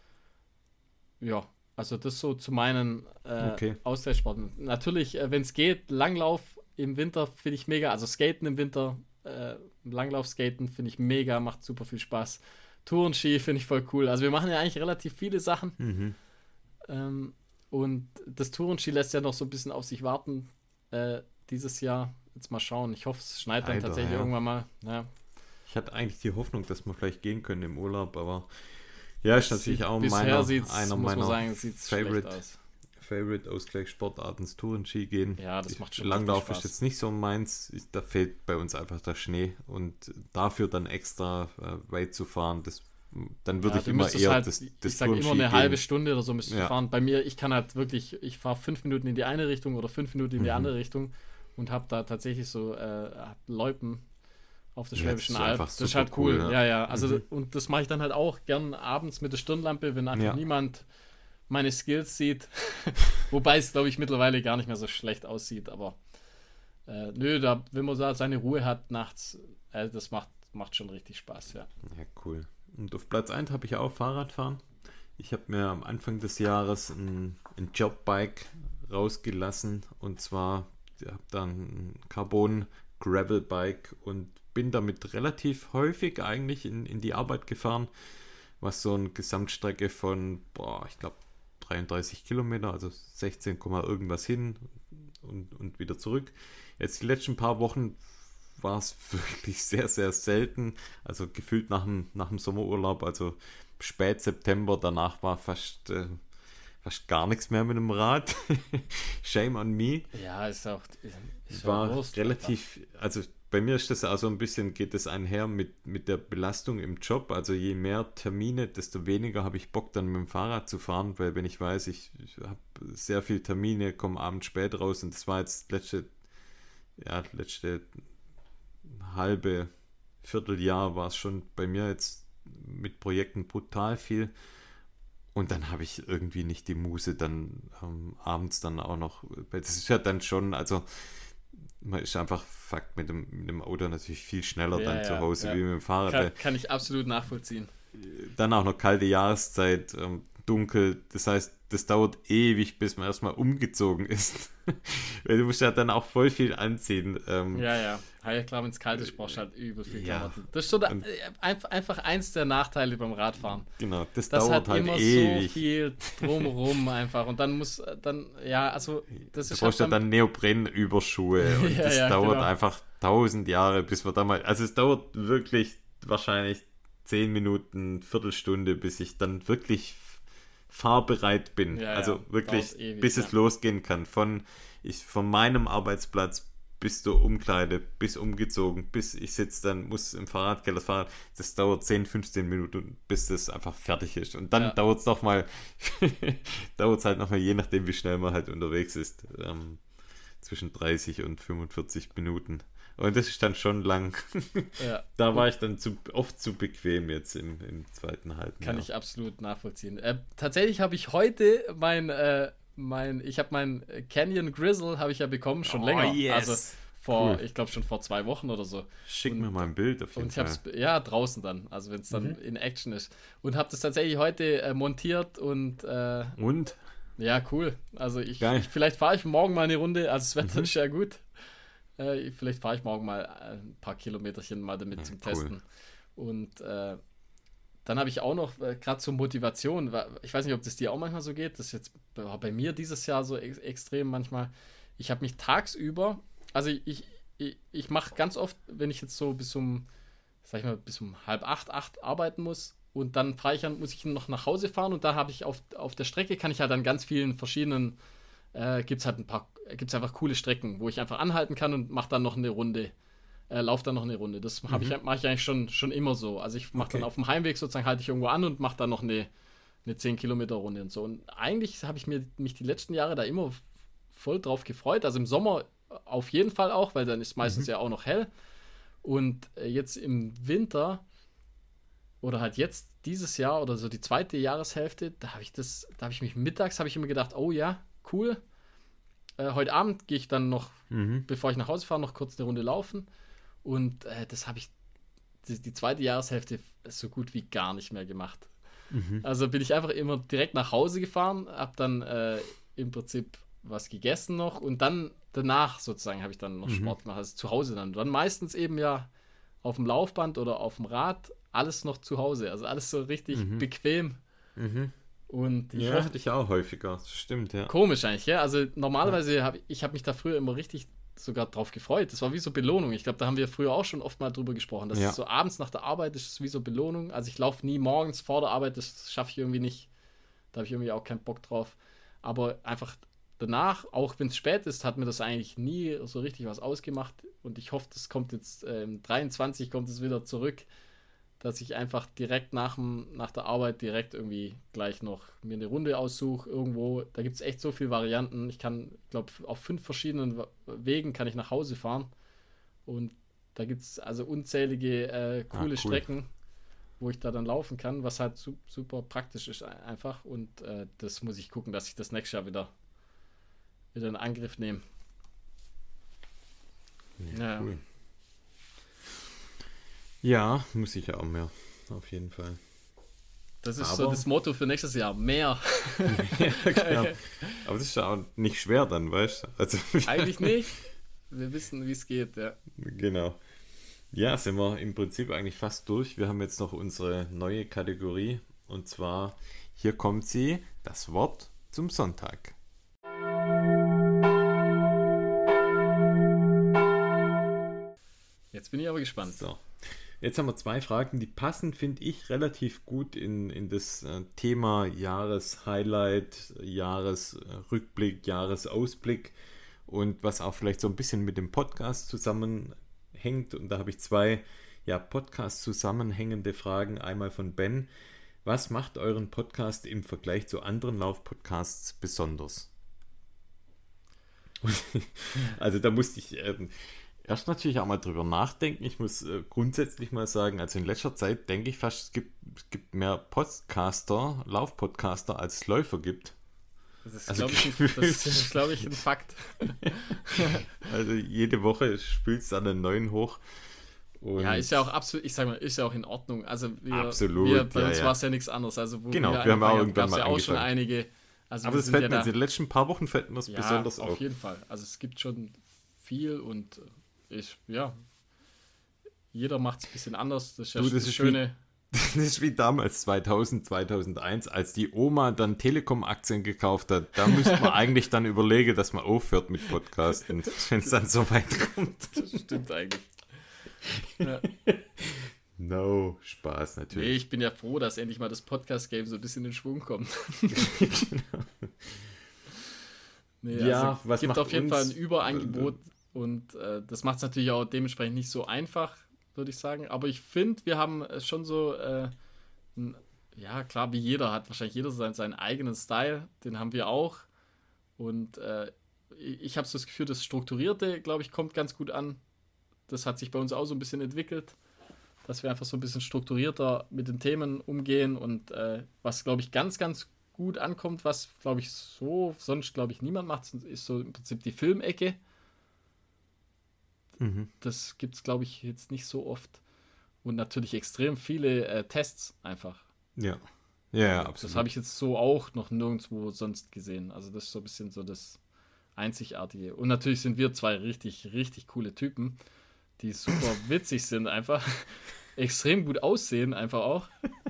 ja, also das so zu meinen äh, Okay. Ausgleichssporten. Natürlich, äh, wenn es geht, Langlauf im Winter finde ich mega, also Skaten im Winter, äh, Langlaufskaten finde ich mega, macht super viel Spaß. Tourenski finde ich voll cool. Also wir machen ja eigentlich relativ viele Sachen. Mhm. Ähm, und das Tourenski lässt ja noch so ein bisschen auf sich warten äh, dieses Jahr. Jetzt mal schauen. Ich hoffe, es schneit dann Leider, tatsächlich ja. irgendwann mal. Ja. Ich hatte eigentlich die Hoffnung, dass wir vielleicht gehen können im Urlaub, aber ja, ist natürlich Sieht- auch bisher meiner, sieht's, einer muss man meiner sagen, sieht's schlecht Favorite, aus. Favorite Ausgleichssportarten, das Tourenski gehen. Ja, das Ich- macht schon Langlauf richtig ist Spaß. jetzt nicht so meins. Ich, da fehlt bei uns einfach der Schnee und dafür dann extra äh, weit zu fahren, das, dann würde Ja, ich du immer müsstest eher halt, das, ich das sag immer Tourenski eine halbe gehen. Stunde oder so müsstest Ja. du fahren. Bei mir, ich kann halt wirklich, ich fahre fünf Minuten in die eine Richtung oder fünf Minuten in die Mhm. andere Richtung und habe da tatsächlich so äh, hab Loipen auf der Ja, Schwäbischen das ist Alb. einfach Das ist super halt cool. cool, ja. Ja, ja. Also, Mhm. und das mache ich dann halt auch gern abends mit der Stirnlampe, wenn einfach Ja. niemand meine Skills sieht. Wobei es, glaube ich, mittlerweile gar nicht mehr so schlecht aussieht, aber äh, nö, da, wenn man da seine Ruhe hat nachts, äh, das macht, macht schon richtig Spaß, ja. Ja, cool. Und auf Platz eins habe ich auch Fahrradfahren. Ich habe mir am Anfang des Jahres ein, ein Jobbike rausgelassen und zwar ich habe dann ein Carbon Gravelbike und bin damit relativ häufig eigentlich in, in die Arbeit gefahren, was so eine Gesamtstrecke von, boah, ich glaube dreiunddreißig Kilometer, also sechzehn, irgendwas hin und, und wieder zurück. Jetzt die letzten paar Wochen war es wirklich sehr, sehr selten, also gefühlt nach dem, nach dem Sommerurlaub, also spät September, danach war fast, äh, fast gar nichts mehr mit dem Rad. Shame on me. Ja, ist auch ist war Wurst, relativ, einfach. Also bei mir ist das also ein bisschen, geht es einher mit, mit der Belastung im Job. Also je mehr Termine, desto weniger habe ich Bock dann mit dem Fahrrad zu fahren, weil wenn ich weiß, ich, ich habe sehr viele Termine, komme abends spät raus und das war jetzt letzte, ja, letzte halbe Vierteljahr war es schon bei mir jetzt mit Projekten brutal viel. Und dann habe ich irgendwie nicht die Muße, dann ähm, abends dann auch noch, das ist ja dann schon, also man ist einfach Fakt mit dem, mit dem Auto natürlich viel schneller Ja, dann ja, zu Hause ja. wie mit dem Fahrrad. Kann, kann ich absolut nachvollziehen. Dann auch noch kalte Jahreszeit, ähm, dunkel, das heißt, das dauert ewig, bis man erstmal umgezogen ist. Weil du musst ja dann auch voll viel anziehen. Ähm, Ja, ja. Ja, klar, wenn es kalt ist, brauchst du halt übel viel Ja. Klamotten. Das ist so da, Und- äh, einfach, einfach eins der Nachteile beim Radfahren. Genau, das, Das dauert hat halt immer ewig. so viel drumherum einfach. Und dann muss, äh, dann, ja, also, das Du ist brauchst ja halt dann Neoprenüberschuhe und Ja, das ja, dauert genau. einfach tausend Jahre, bis wir da mal, also es dauert wirklich wahrscheinlich zehn Minuten, Viertelstunde, bis ich dann wirklich fahrbereit bin. Ja, ja, also wirklich, dauert ewig, bis ja. es losgehen kann. Von, ich, von meinem Arbeitsplatz bis zur Umkleide, bis umgezogen, bis ich sitze dann, muss im Fahrradkeller fahren. Das dauert zehn, fünfzehn Minuten, bis das einfach fertig ist. Und dann Ja. dauert es noch mal, dauert es halt noch mal, je nachdem, wie schnell man halt unterwegs ist, ähm, zwischen dreißig und fünfundvierzig Minuten. Und das ist dann schon lang. ja, Da war ich dann zu, oft zu bequem jetzt im, im zweiten halben kann Jahr. ich absolut nachvollziehen. Äh, tatsächlich habe ich heute mein, äh, mein ich habe mein Canyon Grizzle habe ich ja bekommen, schon Oh, länger. yes. Also vor, Cool. ich glaube schon vor zwei Wochen oder so. Schick und- mir mal ein Bild auf jeden Und ich Fall. habe es, ja, draußen dann, also wenn es dann Mhm. in Action ist. Und habe das tatsächlich heute äh, montiert und äh, Und? ja, cool. Also ich, Geil. ich vielleicht fahre ich morgen mal eine Runde, also das Wetter Mhm. ist ja gut. Äh, vielleicht fahre ich morgen mal ein paar Kilometerchen mal damit Ja, zum cool. Testen. Und äh, dann habe ich auch noch, äh, gerade zur Motivation, wa- ich weiß nicht, ob das dir auch manchmal so geht, das ist jetzt bei, bei mir dieses Jahr so ex extrem manchmal. Ich habe mich tagsüber, also ich, ich, ich mache ganz oft, wenn ich jetzt so bis um, sag ich mal, bis um halb acht, acht arbeiten muss und dann fahre ich dann, muss ich noch nach Hause fahren und da habe ich auf, auf der Strecke, kann ich halt an ganz vielen verschiedenen, äh, gibt es halt ein paar, gibt es einfach coole Strecken, wo ich einfach anhalten kann und mache dann noch eine Runde, äh, laufe dann noch eine Runde. Das habe ich, mache ich eigentlich schon, schon immer so. Also ich mache dann Okay. auf dem Heimweg sozusagen, halte ich irgendwo an und mache dann noch eine, eine zehn Kilometer Runde und so. Und eigentlich habe ich mir mich die letzten Jahre da immer f- voll drauf gefreut. Also im Sommer auf jeden Fall auch, weil dann ist meistens ja auch noch hell. Und äh, jetzt im Winter oder halt jetzt dieses Jahr oder so die zweite Jahreshälfte, da habe ich das, da habe ich mich mittags, habe ich immer gedacht, oh ja, cool. Äh, heute Abend gehe ich dann noch, Mhm. bevor ich nach Hause fahre, noch kurz eine Runde laufen. Und äh, das habe ich die, die zweite Jahreshälfte so gut wie gar nicht mehr gemacht. Mhm. Also bin ich einfach immer direkt nach Hause gefahren, habe dann äh, im Prinzip was gegessen noch und dann danach sozusagen habe ich dann noch Mhm. Sport gemacht, also zu Hause dann. Dann meistens eben ja auf dem Laufband oder auf dem Rad, alles noch zu Hause, also alles so richtig Mhm. bequem Mhm. und ich Ja, hoffe, hatte ich auch häufiger. Das stimmt, ja. komisch eigentlich, ja. Also normalerweise habe ich habe mich da früher immer richtig sogar drauf gefreut. Das war wie so Belohnung. Ich glaube, da haben wir früher auch schon oft mal drüber gesprochen. Das Ja. ist so abends nach der Arbeit, das ist wie so Belohnung. Also ich laufe nie morgens vor der Arbeit, das schaffe ich irgendwie nicht. Da habe ich irgendwie auch keinen Bock drauf. Aber einfach danach, auch wenn es spät ist, hat mir das eigentlich nie so richtig was ausgemacht. Und ich hoffe, das kommt jetzt äh, im dreiundzwanzig kommt es wieder zurück, dass ich einfach direkt nach, dem, nach der Arbeit direkt irgendwie gleich noch mir eine Runde aussuche irgendwo. Da gibt es echt so viele Varianten. Ich kann, ich glaube, auf fünf verschiedenen Wa- Wegen kann ich nach Hause fahren. Und da gibt es also unzählige äh, coole Ah, cool. Strecken, wo ich da dann laufen kann, was halt su super praktisch ist ein- einfach. Und äh, das muss ich gucken, dass ich das nächstes Jahr wieder, wieder in Angriff nehme. Ja. Cool. Ja, muss ich auch mehr. Auf jeden Fall. Das ist so Aber- das Motto für nächstes Jahr. Mehr. ja, genau. Aber das ist ja auch nicht schwer dann, weißt du? Also, Eigentlich nicht. Wir wissen, wie es geht, ja. genau. Ja, sind wir im Prinzip eigentlich fast durch. Wir haben jetzt noch unsere neue Kategorie und zwar, hier kommt sie, das Wort zum Sonntag. Jetzt bin ich aber gespannt. So. Jetzt haben wir zwei Fragen, die passen, finde ich, relativ gut in, in das äh, Thema Jahreshighlight, Jahresrückblick, Jahresausblick und was auch vielleicht so ein bisschen mit dem Podcast zusammenhängt. Und da habe ich zwei ja, Podcast zusammenhängende Fragen. Einmal von Ben. Was macht euren Podcast im Vergleich zu anderen Laufpodcasts besonders? Also da musste ich... Äh, Erst natürlich auch mal drüber nachdenken. Ich muss äh, grundsätzlich mal sagen, also in letzter Zeit denke ich fast, es gibt, es gibt mehr Podcaster, Laufpodcaster, als es Läufer gibt. Das ist, Also, glaube ich, ein- das ist, glaub ich, ein Fakt. also jede Woche spült es dann einen neuen hoch. Und Ja, ist ja auch absolut, ich sag mal, ist ja auch in Ordnung. Also wir, Absolut, wir, bei ja, uns ja. war es ja nichts anderes. Also wo Genau, wir, wir haben auch angefangen irgendwann gab's mal ja auch schon angefangen. einige. Also Aber wir das sind fällt ja mir da, jetzt in den letzten paar Wochen fällt mir das ja, besonders auf auf. jeden Fall. Also es gibt schon viel und äh, ich, ja, jeder macht es ein bisschen anders. Das ist ja Du, das, das ist Schöne. Das ist wie damals zweitausend, zweitausendeins, als die Oma dann Telekom-Aktien gekauft hat. Da müsste man eigentlich dann überlegen, dass man aufhört mit Podcasten, wenn es dann so weit kommt. Das stimmt eigentlich. Ja. No, Spaß Nee, natürlich. ich bin ja froh, dass endlich mal das Podcast-Game so ein bisschen in Schwung kommt. Nee, Ja, also, was gibt macht auf jeden uns- Fall ein Überangebot und äh, das macht es natürlich auch dementsprechend nicht so einfach, würde ich sagen. Aber ich finde, wir haben äh, schon so, äh, ein, ja klar, wie jeder hat wahrscheinlich jeder seinen, seinen eigenen Style, den haben wir auch. Und äh, ich, ich habe so das Gefühl, das Strukturierte, glaube ich, kommt ganz gut an. Das hat sich bei uns auch so ein bisschen entwickelt, dass wir einfach so ein bisschen strukturierter mit den Themen umgehen und äh, was, glaube ich, ganz, ganz gut ankommt, was, glaube ich, so sonst, glaube ich, niemand macht, ist so im Prinzip die Filmecke. Mhm. Das gibt es, glaube ich, jetzt nicht so oft. Und natürlich extrem viele äh, Tests einfach. Ja. Ja, ja, Das absolut. habe ich jetzt so auch noch nirgendwo sonst gesehen. Also das ist so ein bisschen so das Einzigartige. Und natürlich sind wir zwei richtig, richtig coole Typen, die super witzig sind einfach. Extrem gut aussehen einfach auch.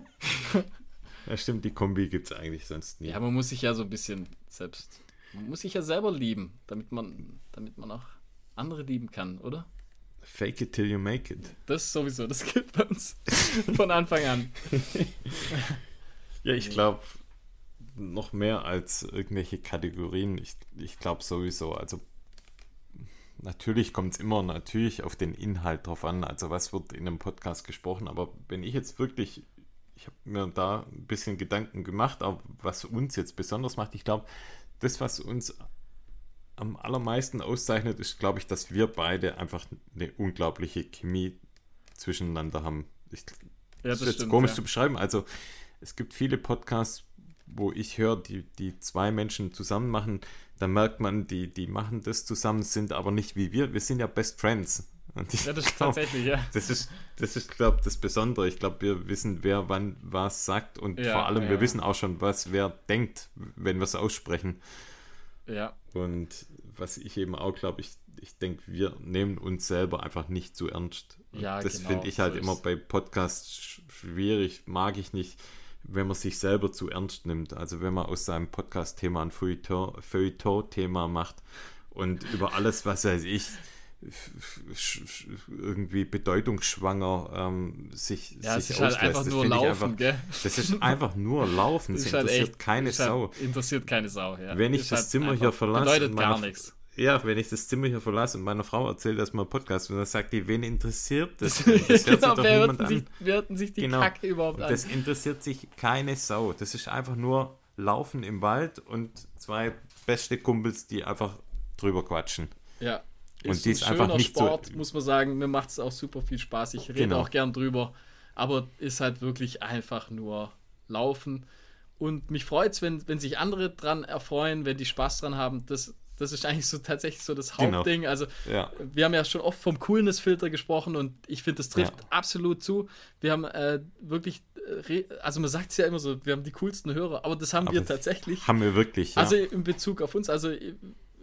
Ja, stimmt, die Kombi gibt es eigentlich sonst nie. Ja, man muss sich ja so ein bisschen selbst, man muss sich ja selber lieben, damit man, damit man auch andere lieben kann, oder? Fake it till you make it. Das sowieso, das gilt bei uns von Anfang an. Ja, ich glaube, noch mehr als irgendwelche Kategorien. Ich, ich glaube sowieso, also natürlich kommt es immer natürlich auf den Inhalt drauf an, also was wird in einem Podcast gesprochen, aber wenn ich jetzt wirklich, ich habe mir da ein bisschen Gedanken gemacht, auch was uns jetzt besonders macht, ich glaube, das, was uns am allermeisten auszeichnet, ist, glaube ich, dass wir beide einfach eine unglaubliche Chemie zwischeneinander haben. Ich, Ja, das das ist jetzt stimmt, komisch ja. zu beschreiben, also es gibt viele Podcasts, wo ich höre, die, die zwei Menschen zusammen machen, da merkt man, die, die machen das zusammen, sind aber nicht wie wir. Wir sind ja Best Friends. Und ich Ja, das ist glaub, tatsächlich, ja. Das ist, das ist, glaube ich, das Besondere. Ich glaube, wir wissen, wer wann was sagt und Ja, vor allem, ja, wir ja. wissen auch schon, was wer denkt, wenn wir es aussprechen. Ja, Und was ich eben auch glaube, ich, ich denke, wir nehmen uns selber einfach nicht zu ernst. Und Ja, das genau, finde ich halt so immer ist- bei Podcasts sch- schwierig, mag ich nicht, wenn man sich selber zu ernst nimmt. Also wenn man aus seinem Podcast-Thema ein Feuilleton- Feuilleton-Thema macht und über alles, was weiß ich, f- f- sch- irgendwie bedeutungsschwanger ähm, sich, ja es sich ist halt auslässt. einfach Das nur finde ich laufen, einfach, gell? das ist einfach nur Laufen. Das Es ist halt interessiert echt, keine ist halt, Sau. Interessiert keine Sau, ja. Wenn ich Ist das halt Zimmer einfach- hier verlasse, Bedeutet und gar meiner- nichts. Ja, wenn ich das Zimmer hier verlasse und meiner Frau erzähle, dass wir einen Podcast und dann sagt die, wen interessiert das? denn? Das hört Genau, sich doch wer niemand hört sich, an. wer hört denn sich die Genau. Kacke überhaupt Und an? das interessiert sich keine Sau. Das ist einfach nur Laufen im Wald und zwei beste Kumpels, die einfach drüber quatschen. Ja. Und die ein ist einfach schöner nicht so- Sport, muss man sagen. Mir macht es auch super viel Spaß. Ich rede Genau. auch gern drüber. Aber ist halt wirklich einfach nur Laufen. Und mich freut es, wenn, wenn sich andere dran erfreuen, wenn die Spaß dran haben. Das, das ist eigentlich so tatsächlich so das Genau. Hauptding. Also Ja. wir haben ja schon oft vom Coolness-Filter gesprochen und ich finde, das trifft Ja. absolut zu. Wir haben äh, wirklich, äh, re- also man sagt es ja immer so, wir haben die coolsten Hörer, aber das haben Aber wir das tatsächlich. Haben wir wirklich, ja. Also in Bezug auf uns, also äh,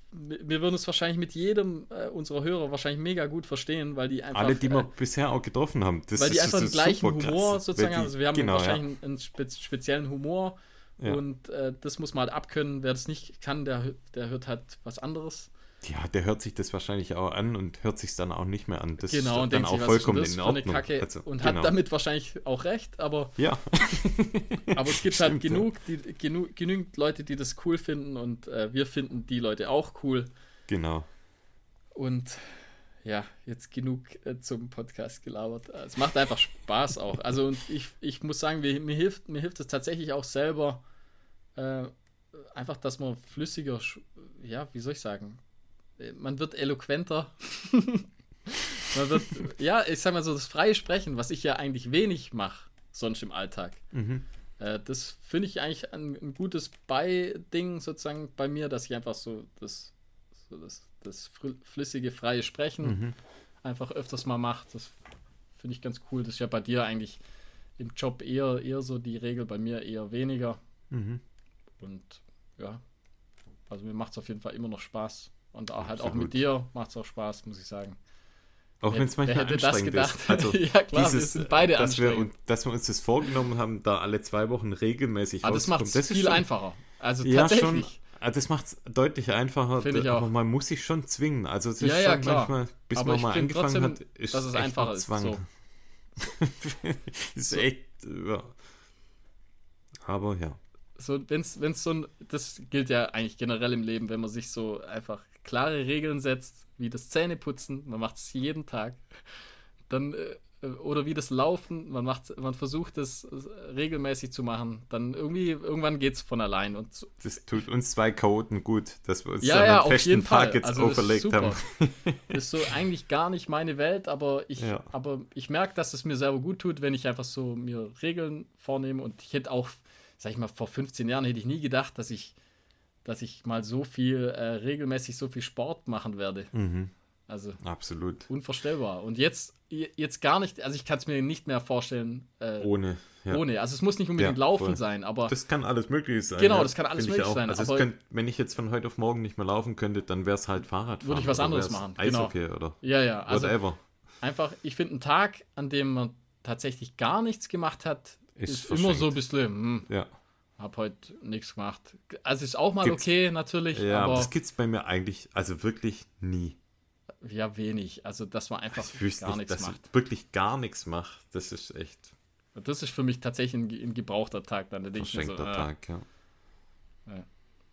wir würden es wahrscheinlich mit jedem äh, unserer Hörer wahrscheinlich mega gut verstehen, weil die einfach... Alle, die wir äh, bisher auch getroffen haben. Das weil die ist, einfach das den ist gleichen super Humor krass. sozusagen Die, haben. Also wir haben genau, wahrscheinlich ja. einen, einen spe speziellen Humor Ja. und äh, das muss man halt abkönnen. Wer das nicht kann, der, der hört halt was anderes. Ja, der hört sich das wahrscheinlich auch an und hört sich dann auch nicht mehr an. Das Genau, ist und dann denkt auch sich, was ist denn vollkommen das in für eine Ordnung. Kacke Also, und genau. hat damit wahrscheinlich auch recht, aber, Ja. aber es gibt halt Stimmt, ja. genug, die, genu genügend Leute, die das cool finden und äh, wir finden die Leute auch cool. Genau. Und ja, jetzt genug äh, zum Podcast gelabert. Es macht einfach Spaß auch. Also und ich, ich muss sagen, mir, mir hilft mir hilft es tatsächlich auch selber, äh, einfach, dass man flüssiger, ja, wie soll ich sagen, man wird eloquenter. Man wird, ja, ich sag mal so, das freie Sprechen, was ich ja eigentlich wenig mache, sonst im Alltag. Mhm. Äh, das finde ich eigentlich ein, ein gutes Beiding sozusagen bei mir, dass ich einfach so das, so das, das flüssige, freie Sprechen Mhm. einfach öfters mal mache. Das finde ich ganz cool. Das ist ja bei dir eigentlich im Job eher, eher so die Regel, bei mir eher weniger. Mhm. Und ja, also mir macht es auf jeden Fall immer noch Spaß. Und auch, halt auch Absolut. mit dir macht es auch Spaß, muss ich sagen. Auch wenn es Wer manchmal hätte das anstrengend gedacht? ist. Also Ja, klar, wir dieses, sind beide dass wir, anstrengend. und, dass wir uns das vorgenommen haben, da alle zwei Wochen regelmäßig Aber das macht rauszukommen. es viel schon, einfacher. Also Ja, schon. tatsächlich. Also das macht es deutlich einfacher, Finde ich aber auch. man muss sich schon zwingen. Also es ist Ja, ja, schon klar. manchmal, bis Aber man ich mal finde angefangen trotzdem, hat, ist dass es echt einfacher noch ist, Zwang. so. ist So. echt, ja. Aber ja. So, wenn's, wenn's so ein, das gilt ja eigentlich generell im Leben, wenn man sich so einfach klare Regeln setzt, wie das Zähneputzen, man macht es jeden Tag, dann, äh, oder wie das Laufen, man macht, man versucht es regelmäßig zu machen, dann irgendwie, irgendwann geht es von allein. Und so, Das tut uns zwei Chaoten gut, dass wir uns ja, dann ja, einen auf festen jeden Fall. Tag jetzt Also das ist auferlegt super. haben. Das ist so eigentlich gar nicht meine Welt, aber ich, Ja. aber ich merke, dass es mir selber gut tut, wenn ich einfach so mir Regeln vornehme. Und ich hätte auch, sag ich mal, vor fünfzehn Jahren hätte ich nie gedacht, dass ich, dass ich mal so viel, äh, regelmäßig so viel Sport machen werde. Mhm, Also absolut. unvorstellbar. Und jetzt, jetzt gar nicht, also ich kann es mir nicht mehr vorstellen, äh, Ohne. Ja. ohne. Also es muss nicht unbedingt Ja, Laufen voll. sein, aber Das kann alles Mögliche sein. Genau, ja. das kann alles Finde ich möglich auch. sein, Also es aber- könnt, wenn ich jetzt von heute auf morgen nicht mehr laufen könnte, dann wäre es halt Fahrradfahren. Würde ich was oder anderes wär's machen, genau. Eishockey oder ja, ja. Also whatever. einfach, ich finde, einen Tag, an dem man tatsächlich gar nichts gemacht hat, Ist ist, verschenkt. immer so ein bisschen, hm, Ja, hab heute nichts gemacht. Also ist auch mal Gibt's- okay, natürlich, ja aber aber das gibt es bei mir eigentlich, also wirklich nie. ja, wenig. Also, dass man einfach Ich wüsste gar nicht, nichts dass macht. ich wirklich gar nichts mache. Das ist echt Das ist für mich tatsächlich ein, ein gebrauchter Tag. Dann da denke ich mir so, verschenkter äh, Tag, ja. Ja.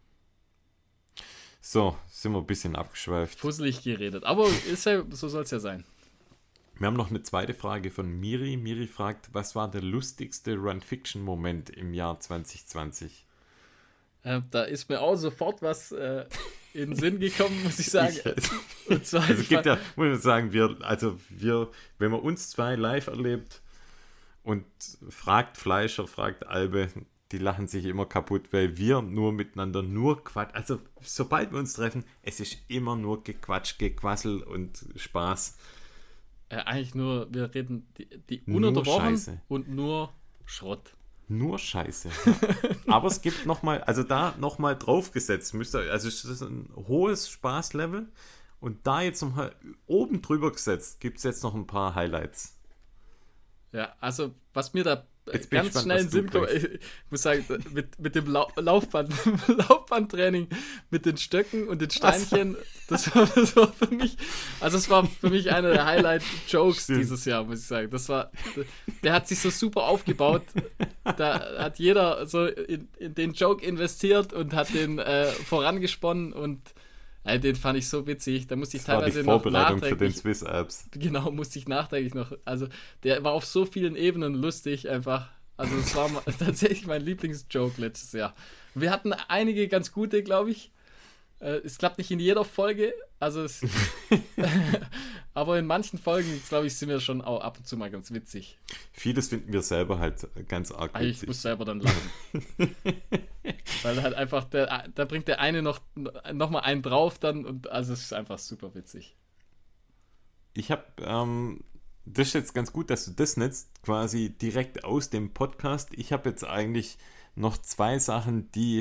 So, sind wir ein bisschen abgeschweift. fusselig geredet. Aber ist ja, so soll es ja sein. Wir haben noch eine zweite Frage von Miri. Miri fragt, was war der lustigste Run-Fiction-Moment im Jahr zwanzig zwanzig? Äh, da ist mir auch sofort was äh, in den Sinn gekommen, muss ich sagen. Ich, Und zwar, also ich gibt fand- ja, muss man sagen, wir, also wir, wenn man uns zwei live erlebt und fragt Fleischer, fragt Albe, die lachen sich immer kaputt, weil wir nur miteinander nur Quatsch, also sobald wir uns treffen, es ist immer nur Gequatsch, Gequassel und Spaß. äh, eigentlich nur, wir reden die, die Nur ununterbrochen Scheiße. und nur Schrott. Nur Scheiße. Aber es gibt nochmal, also da nochmal draufgesetzt, müsst ihr, also es ist ein hohes Spaßlevel und da jetzt nochmal oben drüber gesetzt, gibt es jetzt noch ein paar Highlights. Ja, also was mir da äh, Jetzt bin ich ganz gespannt, schnell in was den du Sinn kommt, bringst. ich muss sagen, mit, mit dem Lau Laufband, Laufbandtraining, mit den Stöcken und den Steinchen, das war, das war für mich, also es war für mich einer der Highlight-Jokes Stimmt. dieses Jahr, muss ich sagen. Das war, der hat sich so super aufgebaut, da hat jeder so in, in den Joke investiert und hat den äh, vorangesponnen und äh, den fand ich so witzig, da musste ich Das war die teilweise noch Vorbereitung für den nachträglich Swiss Alps. Genau, musste ich nachträglich noch. Also, der war auf so vielen Ebenen lustig, einfach. Also, es war mal- tatsächlich mein Lieblingsjoke letztes Jahr. Wir hatten einige ganz gute, glaube ich. Äh, es klappt nicht in jeder Folge, also es, aber in manchen Folgen, glaube ich, sind wir schon auch ab und zu mal ganz witzig. Vieles finden wir selber halt ganz arg Ah, ich witzig. muss selber dann lachen. Weil halt einfach, der, da bringt der eine noch, noch mal einen drauf dann und also es ist einfach super witzig. Ich habe, ähm, das ist jetzt ganz gut, dass du das nennst, quasi direkt aus dem Podcast. Ich habe jetzt eigentlich noch zwei Sachen, die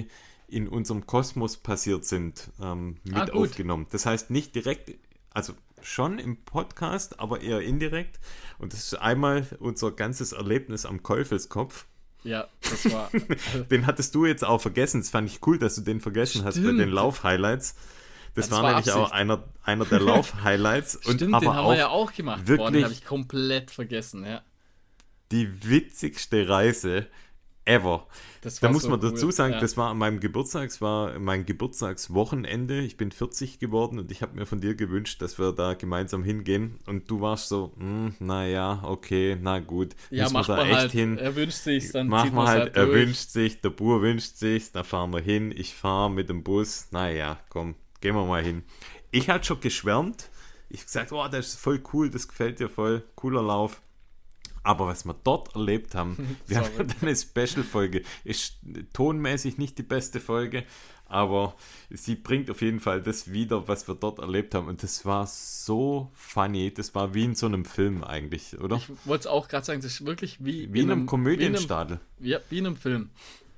in unserem Kosmos passiert sind, ähm, mit Ah, gut. aufgenommen. Das heißt nicht direkt, also schon im Podcast, aber eher indirekt. Und das ist einmal unser ganzes Erlebnis am Käufelskopf. Ja, das war. Den hattest du jetzt auch vergessen. Das fand ich cool, dass du den vergessen hast bei Stimmt. den Lauf-Highlights. Das, Ja, das war war nämlich Absicht. auch einer, einer der Lauf-Highlights. Und Stimmt, aber den haben auch wir ja auch gemacht. Boah, wirklich den habe ich komplett vergessen, ja. die witzigste Reise ever. Das Da war muss so man dazu cool, sagen, ja. das war an meinem Geburtstag, es war mein Geburtstagswochenende. Ich bin vierzig geworden und ich habe mir von dir gewünscht, dass wir da gemeinsam hingehen. Und du warst so, hm, naja, okay, na gut. Ja, müssen wir macht da man echt halt. hin? Er wünscht sich, dann Machen zieht wir man halt, er durch. wünscht sich, der Bur wünscht sich, da fahren wir hin. Ich fahre mit dem Bus. Naja, komm, gehen wir mal hin. Ich hatte schon geschwärmt. Ich habe gesagt, oh, das ist voll cool, das gefällt dir voll, cooler Lauf. Aber was wir dort erlebt haben, wir haben Sorry. dann eine Special-Folge. Ist tonmäßig nicht die beste Folge, aber sie bringt auf jeden Fall das wieder, was wir dort erlebt haben. Und das war so funny. Das war wie in so einem Film eigentlich, oder? Ich wollte es auch gerade sagen, das ist wirklich wie, Wie in einem Wie Komödienstadel. in einem, ja, wie in einem Film.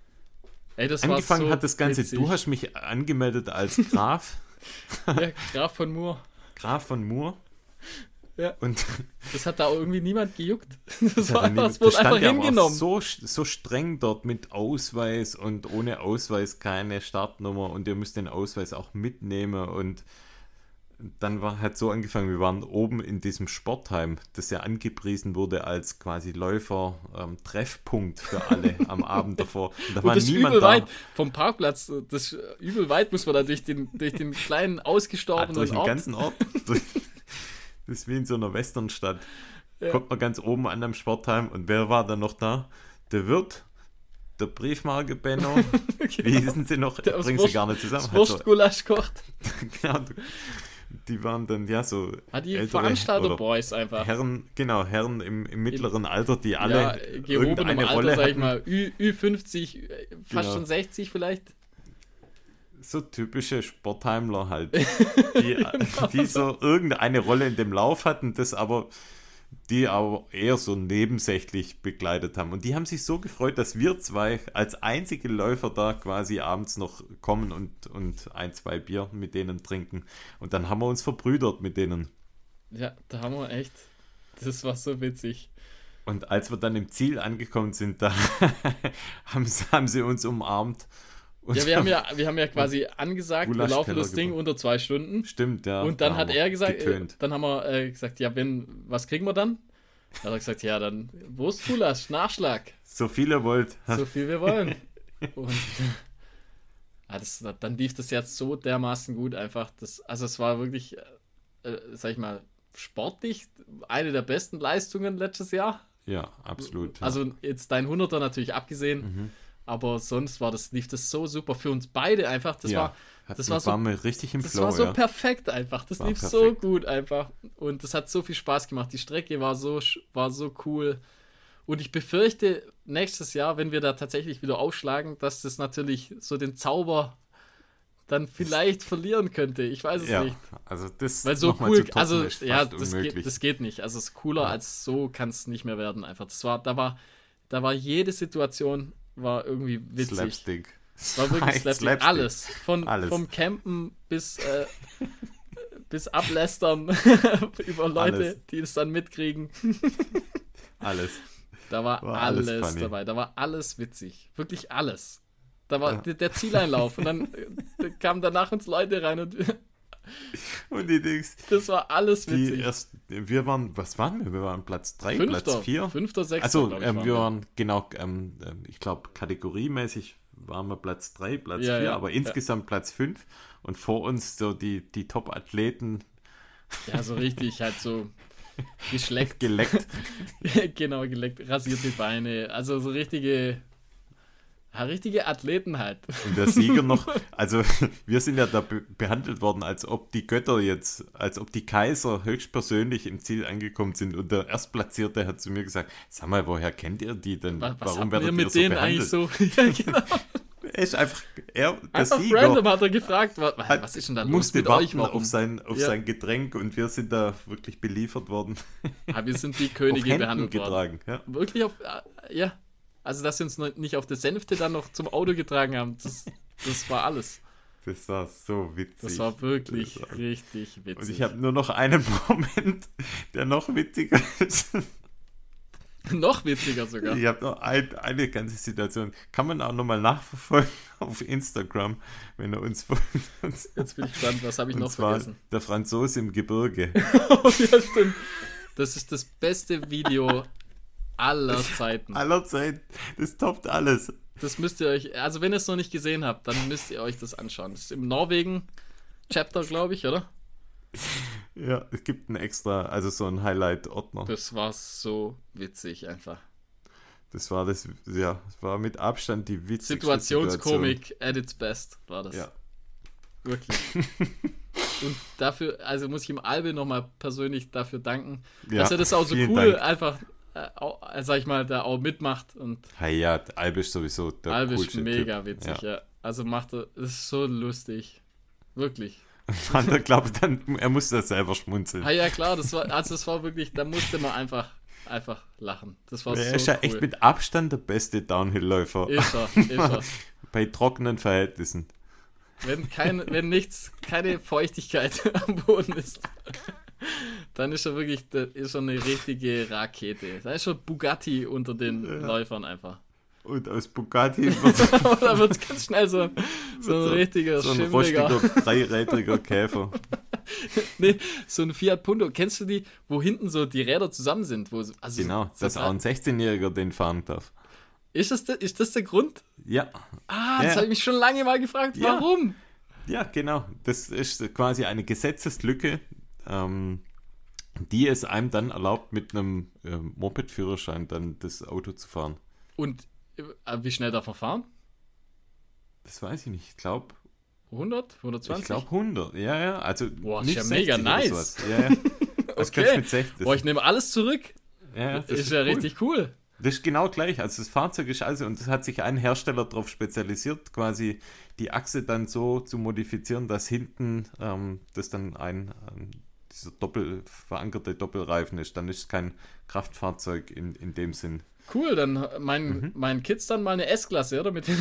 Ey, das Angefangen war so hat das Ganze, witzig. du hast mich angemeldet als Graf, Ja, Graf von Moor. Graf von Moor. Ja. Und Das hat da auch irgendwie niemand gejuckt. Das, das, war hat er einfach, nie- es wurde das stand einfach ja aber auch hingenommen. so, so streng dort mit Ausweis und ohne Ausweis keine Startnummer und ihr müsst den Ausweis auch mitnehmen und dann war halt so angefangen, wir waren oben in diesem Sportheim, das ja angepriesen wurde als quasi Läufer-Treffpunkt für alle am Abend davor. Und da Und war das niemand übel da. weit vom Parkplatz, das übel weit muss man da durch den, durch den kleinen Ah, ausgestorbenen durch den Ort. ganzen Ort. Durch- Das ist wie in so einer Westernstadt. Ja. Kommt man ganz oben an am Sportheim und wer war dann noch da? Der Wirt, der Briefmarke Benno. Wie hießen sie noch? Ich Der aus bringe sie Wurst- gar nicht zusammen. Das Halt so- Wurstgulasch kocht. genau, die waren dann ja so Ah, die ältere Veranstalter-Boys einfach. Herren, genau, Herren im, im mittleren Alter, die alle Ja, gehobenem irgendeine Alter, Rolle sag ich hatten. mal. Ü, Ü50, äh, fast Genau. schon sechzig vielleicht. So typische Sportheimler halt, die, die so irgendeine Rolle in dem Lauf hatten, das aber, die aber eher so nebensächlich begleitet haben. Und die haben sich so gefreut, dass wir zwei als einzige Läufer da quasi abends noch kommen und, und ein, zwei Bier mit denen trinken. Und dann haben wir uns verbrüdert mit denen. Ja, da haben wir echt. Das war so witzig. Und als wir dann im Ziel angekommen sind, da haben, sie- haben sie uns umarmt. Und Ja, wir haben ja, wir haben ja quasi angesagt, wir laufen Gulaschteller das Ding gebracht. unter zwei Stunden. Stimmt, ja. Und dann da hat haben wir er gesagt, äh, getönt. dann haben wir äh, gesagt, ja, wenn, was kriegen wir dann? Dann hat er gesagt, ja, dann Wurstgulasch, Nachschlag, So viel ihr wollt. so viel wir wollen. Und ja, das, dann lief das jetzt so dermaßen gut einfach. Das, also es war wirklich, äh, sag ich mal, sportlich eine der besten Leistungen letztes Jahr. Ja, absolut. Ja. Also jetzt dein Hunderter natürlich abgesehen, Mhm. aber sonst war das, lief das so super für uns beide einfach. Das ja, war hat, das war so- waren wir richtig im Das Flow. war so ja. perfekt einfach. Das War lief so perfekt. gut einfach. Und das hat so viel Spaß gemacht. Die Strecke war so, sch- war so cool. Und ich befürchte, nächstes Jahr, wenn wir da tatsächlich wieder aufschlagen, dass das natürlich so den Zauber dann vielleicht verlieren könnte. Ich weiß es ja, nicht. also das Weil so nochmal cool, zu toppen also ist ja, fast das unmöglich. geht, das geht nicht. Also es ist cooler Ja. als so kann es nicht mehr werden einfach. Das war, da war, da war jede Situation war irgendwie witzig. Slapstick. Es war wirklich Echt Slapstick. Slapstick. Alles. Von, Alles. Vom Campen bis, äh, bis Ablästern über Leute, Alles. die es dann mitkriegen. Alles. Da war, War alles alles, funny. dabei. Da war alles witzig. Wirklich alles. Da war Ja. der, der Zieleinlauf und dann äh, kamen danach uns Leute rein und Und die Dings, das war alles die witzig. erst, wir waren, was waren wir? Wir waren Platz drei, Fünfter, Platz vier. Fünfter, Sechster, Also glaub ich, ähm, waren wir waren, genau, ähm, ähm, ich glaube, kategoriemäßig waren wir Platz drei, Platz Ja, vier, ja, aber ja. insgesamt Platz fünf. Und vor uns so die, die Top-Athleten Ja, so richtig halt so geschleckt. geleckt. Genau, geleckt, rasierte Beine. Also so richtige, ja, richtige Athleten halt. Und der Sieger noch, also wir sind ja da be behandelt worden, als ob die Götter jetzt, als ob die Kaiser höchstpersönlich im Ziel angekommen sind. Und der Erstplatzierte hat zu mir gesagt, sag mal, woher kennt ihr die denn? Was, was Warum habt werdet ihr ihr mit so denen behandelt? eigentlich so? Ja, genau. Er ist einfach, er, der Einfach Sieger, random hat er gefragt, was, hat- was ist denn da los musste mit warten euch? Warum? auf, sein, auf Ja. sein Getränk und wir sind da wirklich beliefert worden. Ah, wir sind die auf Könige Händen behandelt worden. getragen. Ja. Wirklich auf, äh, ja. Also, dass sie uns noch nicht auf der Sänfte dann noch zum Auto getragen haben, das, Das war alles. Das war so witzig. Das war wirklich Das war- richtig witzig. Und ich habe nur noch einen Moment, der noch witziger ist. Noch witziger sogar. Ich habe noch ein, eine ganze Situation. Kann man auch nochmal nachverfolgen auf Instagram, wenn er uns folgt. Jetzt bin ich gespannt, was habe ich Und noch zwar vergessen? der Franzose im Gebirge. Oh, ja, stimmt. Das ist das beste Video aller Zeiten. Aller Zeit. Das toppt alles. Das müsst ihr euch, also wenn ihr es noch nicht gesehen habt, dann müsst ihr euch das anschauen. Das ist im Norwegen-Chapter, glaube ich, oder? Ja, es gibt einen extra, also so einen Highlight-Ordner. Das war so witzig einfach. Das war das, ja, das war mit Abstand die witzigste Situationskomik at its best war das. Ja. Wirklich. Und dafür, also muss ich ihm Albe nochmal persönlich dafür danken, Ja, dass er das auch so vielen cool Dank. einfach, äh, auch, äh, sag ich mal, da auch mitmacht. Und Hey, ja, Albe ist sowieso der Albe ist coolste mega Typ. witzig, Ja. ja. Also macht er, das ist so lustig. Wirklich. Und er glaubt dann, er muss das selber schmunzeln. Ah ja, klar, das war, also das war wirklich, da musste man einfach, einfach lachen. Das war er so ist ja cool. echt mit Abstand der beste Downhill-Läufer. Ist er, ist er. Bei trockenen Verhältnissen. Wenn, kein, wenn nichts, keine Feuchtigkeit am Boden ist, dann ist er wirklich, das ist er eine richtige Rakete. Da ist schon Bugatti unter den Ja. Läufern einfach. Und aus Bugatti wird Da wird es ganz schnell so, so ein so- richtiger, so ein schimmliger, rostiger, dreirädriger Käfer. nee, so ein Fiat Punto. Kennst du die, wo hinten so die Räder zusammen sind? Wo, so- also Genau, so, dass auch ein sechzehnjähriger den fahren darf. ist, das der, ist das der Grund? Ja, Ah, das Ja. habe ich mich schon lange mal gefragt. Ja. Warum? ja, genau. Das ist quasi eine Gesetzeslücke, ähm, die es einem dann erlaubt, mit einem ähm, Moped-Führerschein dann das Auto zu fahren. Und äh, wie schnell darf man fahren? Das weiß ich nicht. Ich glaube, hundert? hundertzwanzig? ich glaube hundert. Ja, ja. Also Boah, ist nicht ja mega sechzig oder nice. sowas. Ja, ja. Das Okay. kannst du mit sechzig. Boah, ich nehme alles zurück. ja, ja, Das ist ja cool. richtig cool. Das ist genau gleich. Also das Fahrzeug ist also, und es hat sich ein Hersteller darauf spezialisiert, quasi die Achse dann so zu modifizieren, dass hinten ähm, das dann ein ähm, dieser doppel verankerte Doppelreifen ist. Dann ist es kein Kraftfahrzeug in, in dem Sinn. Cool, dann mein, Mhm. mein Kids dann mal eine S-Klasse, oder? Mit den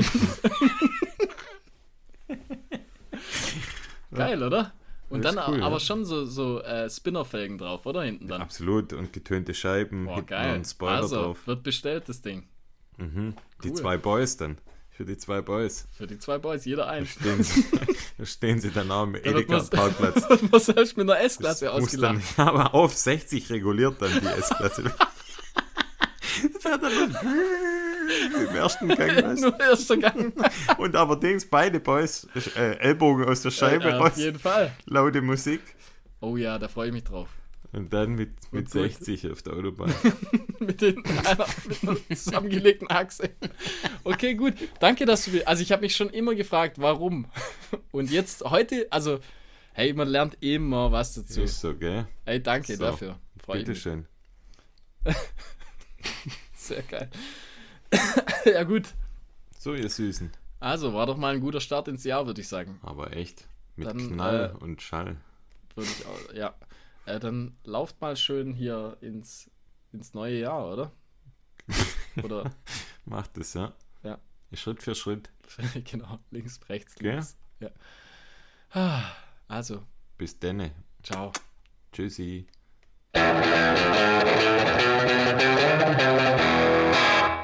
Geil, oder? Und Das dann ist cool, aber ja. schon so, so äh, Spinnerfelgen drauf, oder? Hinten dann. Absolut. Und getönte Scheiben, Boah, hinten noch geil. ein Spoiler Also, drauf. wird bestellt, das Ding. Mhm. Die cool. zwei Boys dann. Für die zwei Boys. Für die zwei Boys, jeder ein. Stehen sie, da stehen sie dann auch am Da wird man- Edeka-Parkplatz. Wird man selbst mit einer Das S-Klasse muss dann, ausgelacht. aber auf sechzig reguliert dann die S-Klasse. Das fährt dann im ersten Gang. weißt du? Nur erster Gang. Und allerdings beide Boys, äh, Ellbogen aus der Scheibe Ja, raus, auf jeden Fall. laute Musik. Oh ja, da freue ich mich drauf. Und dann mit, mit Und durch. sechzig auf der Autobahn. mit, den, einer, mit einer zusammengelegten Achse. Okay, gut. Danke, dass du mir. Also, ich habe mich schon immer gefragt, warum. Und jetzt, heute, also, hey, man lernt immer was dazu. Ist so, gell? Hey, danke So, dafür. Freue ich mich. Bitteschön. Sehr geil. Ja, gut. So, ihr Süßen. Also, war doch mal ein guter Start ins Jahr, würde ich sagen. Aber echt. Mit Dann, Knall äh, und Schall. Würde ich auch, ja. Äh, dann lauft mal schön hier ins, ins neue Jahr, oder? Oder, Macht es, ja. Ja. Schritt für Schritt. genau, links, rechts, Gell? links. Ja. Ah, Also, Bis denne. ciao. Tschüssi.